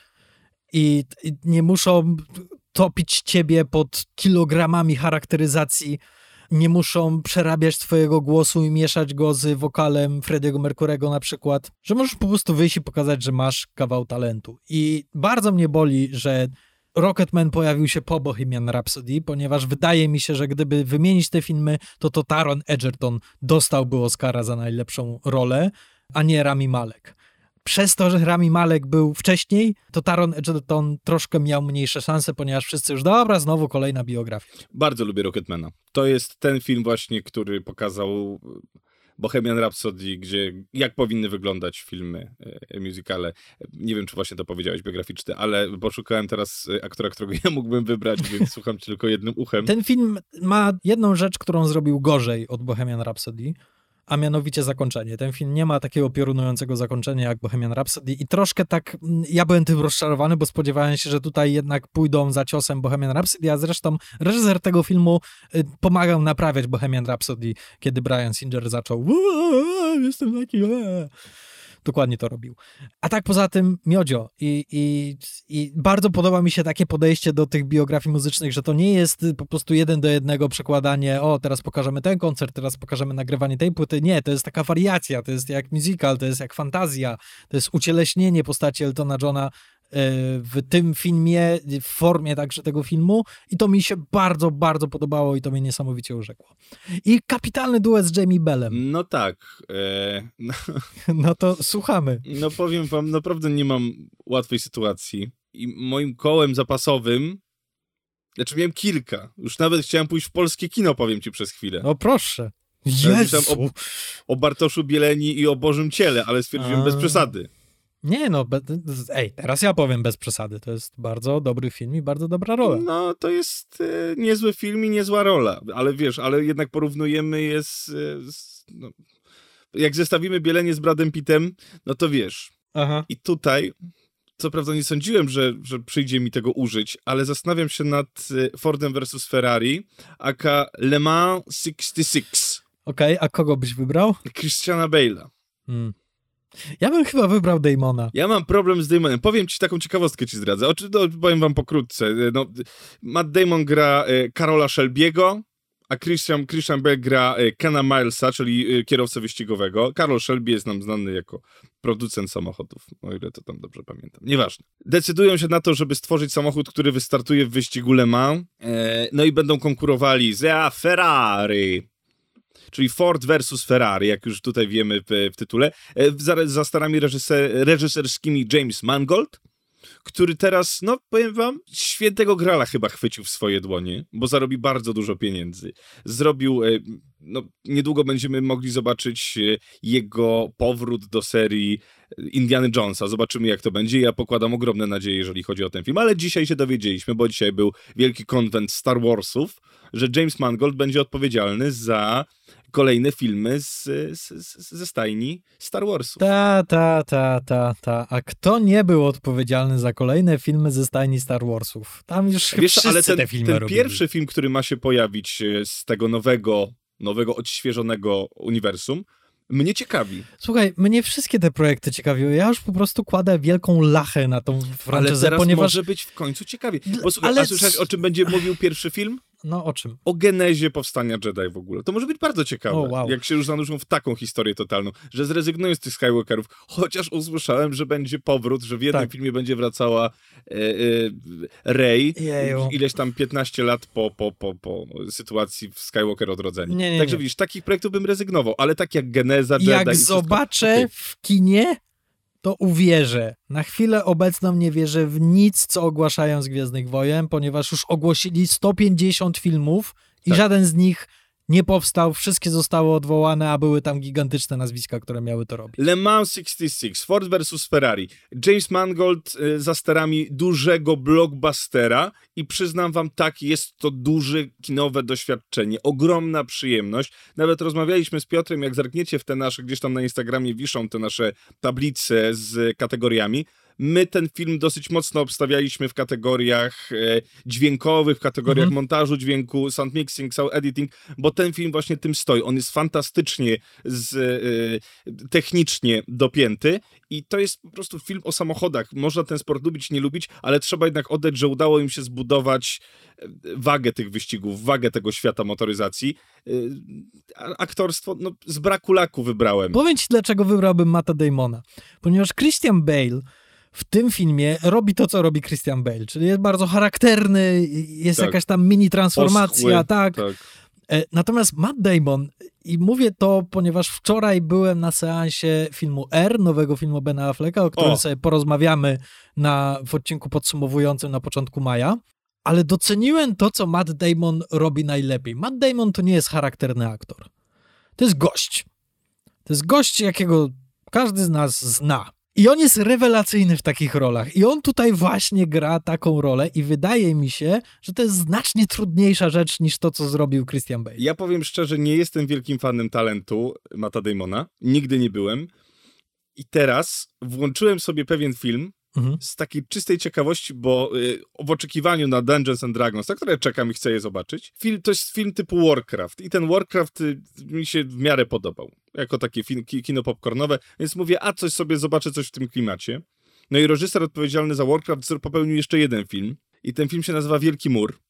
i nie muszą topić ciebie pod kilogramami charakteryzacji, nie muszą przerabiać twojego głosu i mieszać go z wokalem Freddie'ego Mercurego na przykład, że możesz po prostu wyjść i pokazać, że masz kawał talentu. I bardzo mnie boli, że Rocketman pojawił się po Bohemian Rhapsody, ponieważ wydaje mi się, że gdyby wymienić te filmy, to Taron Egerton dostałby Oscara za najlepszą rolę, a nie Rami Malek. Przez to, że Rami Malek był wcześniej, to Taron Egerton troszkę miał mniejsze szanse, ponieważ wszyscy już, dobra, znowu kolejna biografia. Bardzo lubię Rocketmana. To jest ten film właśnie, który pokazał Bohemian Rhapsody, jak powinny wyglądać filmy, musicale. Nie wiem, czy właśnie to powiedziałeś, biograficzne, ale poszukałem teraz aktora, którego ja mógłbym wybrać, więc słucham cię tylko jednym uchem. Ten film ma jedną rzecz, którą zrobił gorzej od Bohemian Rhapsody, a mianowicie zakończenie. Ten film nie ma takiego piorunującego zakończenia jak Bohemian Rhapsody i troszkę tak, ja byłem tym rozczarowany, bo spodziewałem się, że tutaj jednak pójdą za ciosem Bohemian Rhapsody, a zresztą reżyser tego filmu pomagał naprawiać Bohemian Rhapsody, kiedy Bryan Singer zaczął jestem taki dokładnie to robił. A tak poza tym miodzio i bardzo podoba mi się takie podejście do tych biografii muzycznych, że to nie jest po prostu 1:1 przekładanie, teraz pokażemy ten koncert, teraz pokażemy nagrywanie tej płyty. Nie, to jest taka wariacja, to jest jak musical, to jest jak fantazja, to jest ucieleśnienie postaci Eltona Johna w tym filmie, w formie także tego filmu i to mi się bardzo, bardzo podobało i to mnie niesamowicie urzekło. I kapitalny duet z Jamie Bellem. No tak. No to słuchamy. No powiem wam, naprawdę nie mam łatwej sytuacji i moim kołem zapasowym, znaczy miałem kilka, już nawet chciałem pójść w polskie kino, powiem ci przez chwilę. No proszę. Jezu. O Bartoszu Bieleni i o Bożym Ciele, ale stwierdziłem bez przesady. Nie no, teraz ja powiem bez przesady. To jest bardzo dobry film i bardzo dobra rola. No, to jest niezły film i niezła rola, ale wiesz, ale jednak porównujemy no, jak zestawimy Bielenie z Bradem Pittem, no to wiesz. Aha. I tutaj, co prawda nie sądziłem, że przyjdzie mi tego użyć, ale zastanawiam się nad Fordem versus Ferrari, aka Le Mans 66. Okej, a kogo byś wybrał? Christiana Bale'a. Ja bym chyba wybrał Damona. Ja mam problem z Damonem. Powiem ci taką ciekawostkę, ci zdradzę. Powiem wam pokrótce. No, Matt Damon gra Karola Shelby'ego, a Christian Bale gra Kena Milesa, czyli kierowcę wyścigowego. Karol Shelby jest nam znany jako producent samochodów, o ile to tam dobrze pamiętam. Nieważne. Decydują się na to, żeby stworzyć samochód, który wystartuje w wyścigu Le Mans, no i będą konkurowali z Ferrari. czyli Ford versus Ferrari, jak już tutaj wiemy w tytule, za starami reżyserskimi James Mangold, który teraz, no powiem wam, świętego grala chyba chwycił w swoje dłonie, bo zarobi bardzo dużo pieniędzy. Zrobił, no niedługo będziemy mogli zobaczyć jego powrót do serii Indiana Jonesa. Zobaczymy, jak to będzie. Ja pokładam ogromne nadzieje, jeżeli chodzi o ten film, ale dzisiaj się dowiedzieliśmy, bo dzisiaj był wielki konwent Star Warsów, że James Mangold będzie odpowiedzialny za kolejne filmy ze stajni Star Warsów. A kto nie był odpowiedzialny za kolejne filmy ze stajni Star Warsów? Tam już wszyscy te filmy robili. Pierwszy film, który ma się pojawić z tego nowego, odświeżonego uniwersum, mnie ciekawi. Słuchaj, mnie wszystkie te projekty ciekawiły. Ja już po prostu kładę wielką lachę na tą franczyzę, ale teraz ponieważ... może być w końcu ciekawie. Bo słuchaj, a słyszałeś, o czym będzie mówił pierwszy film? No o czym? O genezie powstania Jedi w ogóle. To może być bardzo ciekawe, wow. Jak się już zanurzą w taką historię totalną, że zrezygnują z tych Skywalkerów, chociaż usłyszałem, że będzie powrót, że w jednym filmie będzie wracała Rey, ileś tam 15 lat po sytuacji w Skywalker odrodzeniu. Także widzisz, takich projektów bym rezygnował, ale tak jak geneza Jedi... Jak zobaczę w kinie, to uwierzę. Na chwilę obecną nie wierzę w nic, co ogłaszają z Gwiezdnych Wojen, ponieważ już ogłosili 150 filmów i żaden z nich nie powstał, wszystkie zostały odwołane, a były tam gigantyczne nazwiska, które miały to robić. Le Mans 66, Ford versus Ferrari. James Mangold za sterami dużego blockbustera i przyznam wam, tak, jest to duże kinowe doświadczenie, ogromna przyjemność. Nawet rozmawialiśmy z Piotrem, jak zerkniecie w te nasze, gdzieś tam na Instagramie wiszą te nasze tablice z kategoriami. My ten film dosyć mocno obstawialiśmy w kategoriach dźwiękowych, w kategoriach montażu dźwięku, sound mixing, sound editing, bo ten film właśnie tym stoi. On jest fantastycznie technicznie dopięty i to jest po prostu film o samochodach. Można ten sport lubić, nie lubić, ale trzeba jednak oddać, że udało im się zbudować wagę tych wyścigów, wagę tego świata motoryzacji. Aktorstwo, no z braku laku wybrałem. Powiem ci, dlaczego wybrałbym Matta Damona. Ponieważ Christian Bale w tym filmie robi to, co robi Christian Bale, czyli jest bardzo charakterny, jest jakaś tam mini transformacja, tak. Natomiast Matt Damon, i mówię to, ponieważ wczoraj byłem na seansie filmu R, nowego filmu Bena Afflecka, o którym sobie porozmawiamy w odcinku podsumowującym na początku maja, ale doceniłem to, co Matt Damon robi najlepiej. Matt Damon to nie jest charakterny aktor. To jest gość. To jest gość, jakiego każdy z nas zna. I on jest rewelacyjny w takich rolach. I on tutaj właśnie gra taką rolę i wydaje mi się, że to jest znacznie trudniejsza rzecz niż to, co zrobił Christian Bale. Ja powiem szczerze, nie jestem wielkim fanem talentu Matta Damona. Nigdy nie byłem. I teraz włączyłem sobie pewien film z takiej czystej ciekawości, bo w oczekiwaniu na Dungeons and Dragons, na które czekam i chcę je zobaczyć. To jest film typu Warcraft i ten Warcraft mi się w miarę podobał. Jako takie kino popcornowe, więc mówię, coś sobie zobaczę, coś w tym klimacie. No i reżyser odpowiedzialny za Warcraft popełnił jeszcze jeden film i ten film się nazywa Wielki Mur.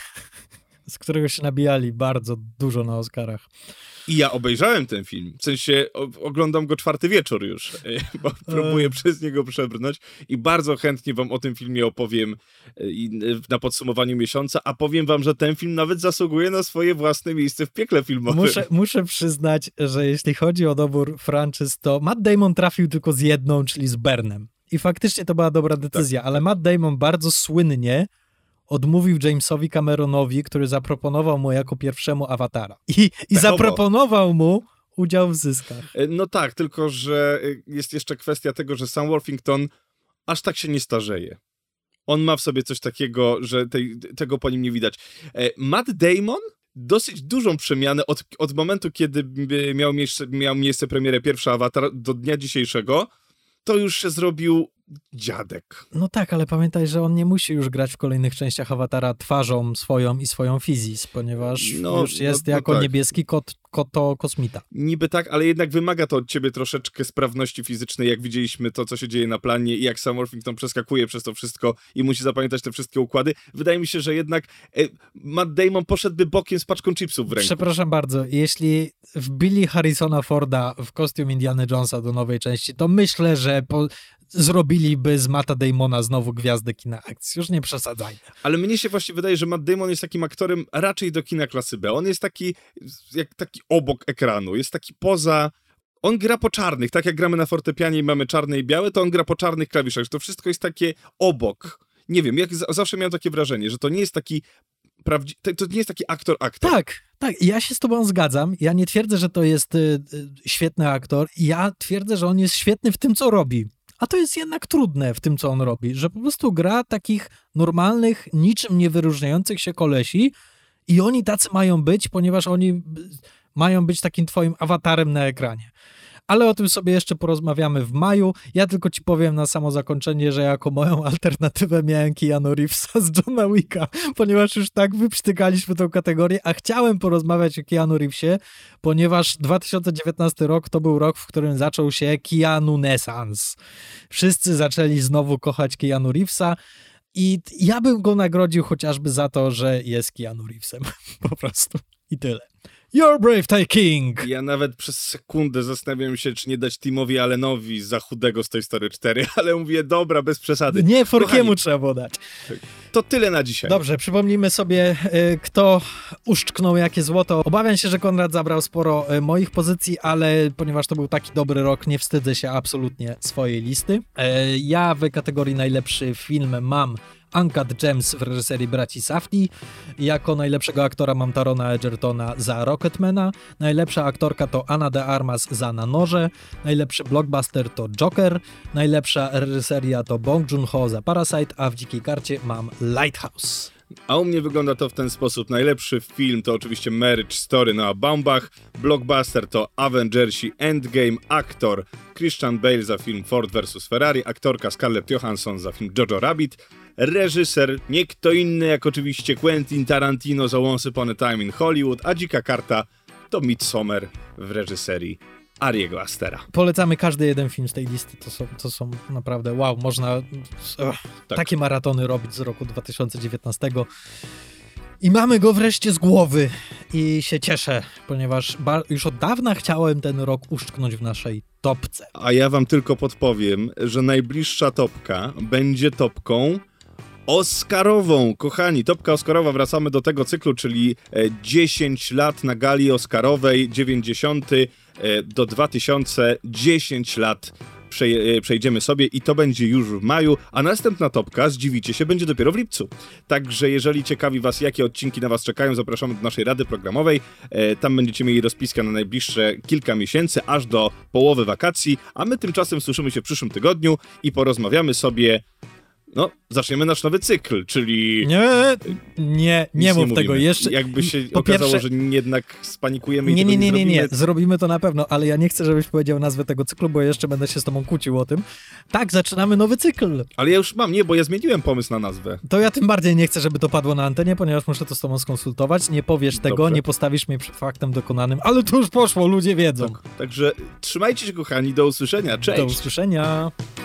Z którego się nabijali bardzo dużo na Oscarach. I ja obejrzałem ten film, w sensie oglądam go 4. wieczór już, bo próbuję przez niego przebrnąć i bardzo chętnie wam o tym filmie opowiem na podsumowaniu miesiąca, a powiem wam, że ten film nawet zasługuje na swoje własne miejsce w piekle filmowym. Muszę przyznać, że jeśli chodzi o dobór franczyz, to Matt Damon trafił tylko z jedną, czyli z Bernem. I faktycznie to była dobra decyzja, ale Matt Damon bardzo słynnie odmówił Jamesowi Cameronowi, który zaproponował mu jako pierwszemu Awatara. I zaproponował mu udział w zyskach. No tak, tylko że jest jeszcze kwestia tego, że Sam Worthington aż tak się nie starzeje. On ma w sobie coś takiego, że tego po nim nie widać. Matt Damon dosyć dużą przemianę od momentu, kiedy miał miejsce premierę pierwsza Awatar do dnia dzisiejszego, to już się zrobił dziadek. No tak, ale pamiętaj, że on nie musi już grać w kolejnych częściach Awatara twarzą swoją i swoją fizis, ponieważ już jest jako niebieski to kosmita. Niby tak, ale jednak wymaga to od ciebie troszeczkę sprawności fizycznej, jak widzieliśmy to, co się dzieje na planie i jak Sam Worthington przeskakuje przez to wszystko i musi zapamiętać te wszystkie układy. Wydaje mi się, że jednak Matt Damon poszedłby bokiem z paczką chipsów w ręku. Przepraszam bardzo, jeśli wbili Harrisona Forda w kostium Indiana Jonesa do nowej części, to myślę, że zrobiliby z Matta Damona znowu gwiazdę kina akcji. Już nie przesadzajmy. Ale mnie się właśnie wydaje, że Matt Damon jest takim aktorem raczej do kina klasy B. On jest taki, jak taki obok ekranu, jest taki poza... On gra po czarnych, tak jak gramy na fortepianie i mamy czarne i białe, to on gra po czarnych klawiszach, że to wszystko jest takie obok. Nie wiem, zawsze miałem takie wrażenie, że to nie jest taki to nie jest taki aktor. Tak, ja się z tobą zgadzam. Ja nie twierdzę, że to jest świetny aktor. Ja twierdzę, że on jest świetny w tym, co robi. A to jest jednak trudne w tym, co on robi, że po prostu gra takich normalnych, niczym nie wyróżniających się kolesi i oni tacy mają być, ponieważ oni mają być takim twoim awatarem na ekranie. Ale o tym sobie jeszcze porozmawiamy w maju. Ja tylko ci powiem na samo zakończenie, że jako moją alternatywę miałem Keanu Reevesa z Johna Wicka, ponieważ już tak wyprztykaliśmy tą kategorię, a chciałem porozmawiać o Keanu Reevesie, ponieważ 2019 rok to był rok, w którym zaczął się Keanu-nesans. Wszyscy zaczęli znowu kochać Keanu Reevesa i ja bym go nagrodził chociażby za to, że jest Keanu Reevesem. Po prostu. I tyle. You're brave, Thai King! Ja nawet przez sekundę zastanawiałem się, czy nie dać Timowi Allenowi za chudego z Toy Story 4, ale mówię, dobra, bez przesady. Nie, Forkiemu trzeba było dać. To tyle na dzisiaj. Dobrze, przypomnijmy sobie, kto uszczknął jakie złoto. Obawiam się, że Konrad zabrał sporo moich pozycji, ale ponieważ to był taki dobry rok, nie wstydzę się absolutnie swojej listy. Ja w kategorii najlepszy film mam Uncut Gems w reżyserii braci Safdie. Jako najlepszego aktora mam Tarona Egertona za Rocketmana. Najlepsza aktorka to Ana de Armas za Na noże. Najlepszy blockbuster to Joker. Najlepsza reżyseria to Bong Joon-ho za Parasite, a w Dzikiej Karcie mam Lighthouse. A u mnie wygląda to w ten sposób. Najlepszy film to oczywiście Marriage Story Noah Baumbach, blockbuster to Avengersi Endgame, aktor Christian Bale za film Ford vs Ferrari, aktorka Scarlett Johansson za film Jojo Rabbit, reżyser nie kto inny jak oczywiście Quentin Tarantino za Once Upon a Time in Hollywood, a Dzika Karta to Midsommar w reżyserii Ariego Astera. Polecamy każdy jeden film z tej listy, to są naprawdę wow, można takie maratony robić z roku 2019 i mamy go wreszcie z głowy i się cieszę, ponieważ już od dawna chciałem ten rok uszczknąć w naszej topce. A ja wam tylko podpowiem, że najbliższa topka będzie topką Oscarową. Kochani, topka Oscarowa, wracamy do tego cyklu, czyli 10 lat na gali Oscarowej, 90 do 2000, 10 lat przejdziemy sobie i to będzie już w maju, a następna topka, zdziwicie się, będzie dopiero w lipcu. Także jeżeli ciekawi was, jakie odcinki na was czekają, zapraszamy do naszej rady programowej. Tam będziecie mieli rozpiskę na najbliższe kilka miesięcy, aż do połowy wakacji, a my tymczasem słyszymy się w przyszłym tygodniu i porozmawiamy sobie. No, zaczniemy nasz nowy cykl, czyli... Nie mów tego jeszcze. Jakby się okazało, że jednak spanikujemy i Nie. Zrobimy to na pewno, ale ja nie chcę, żebyś powiedział nazwę tego cyklu, bo jeszcze będę się z tobą kłócił o tym. Tak, zaczynamy nowy cykl. Ale ja już mam, bo ja zmieniłem pomysł na nazwę. To ja tym bardziej nie chcę, żeby to padło na antenie, ponieważ muszę to z tobą skonsultować. Nie powiesz tego, dobrze. Nie postawisz mnie przed faktem dokonanym, ale to już poszło, ludzie wiedzą. Tak, także trzymajcie się, kochani, do usłyszenia. Cześć! Do usłyszenia.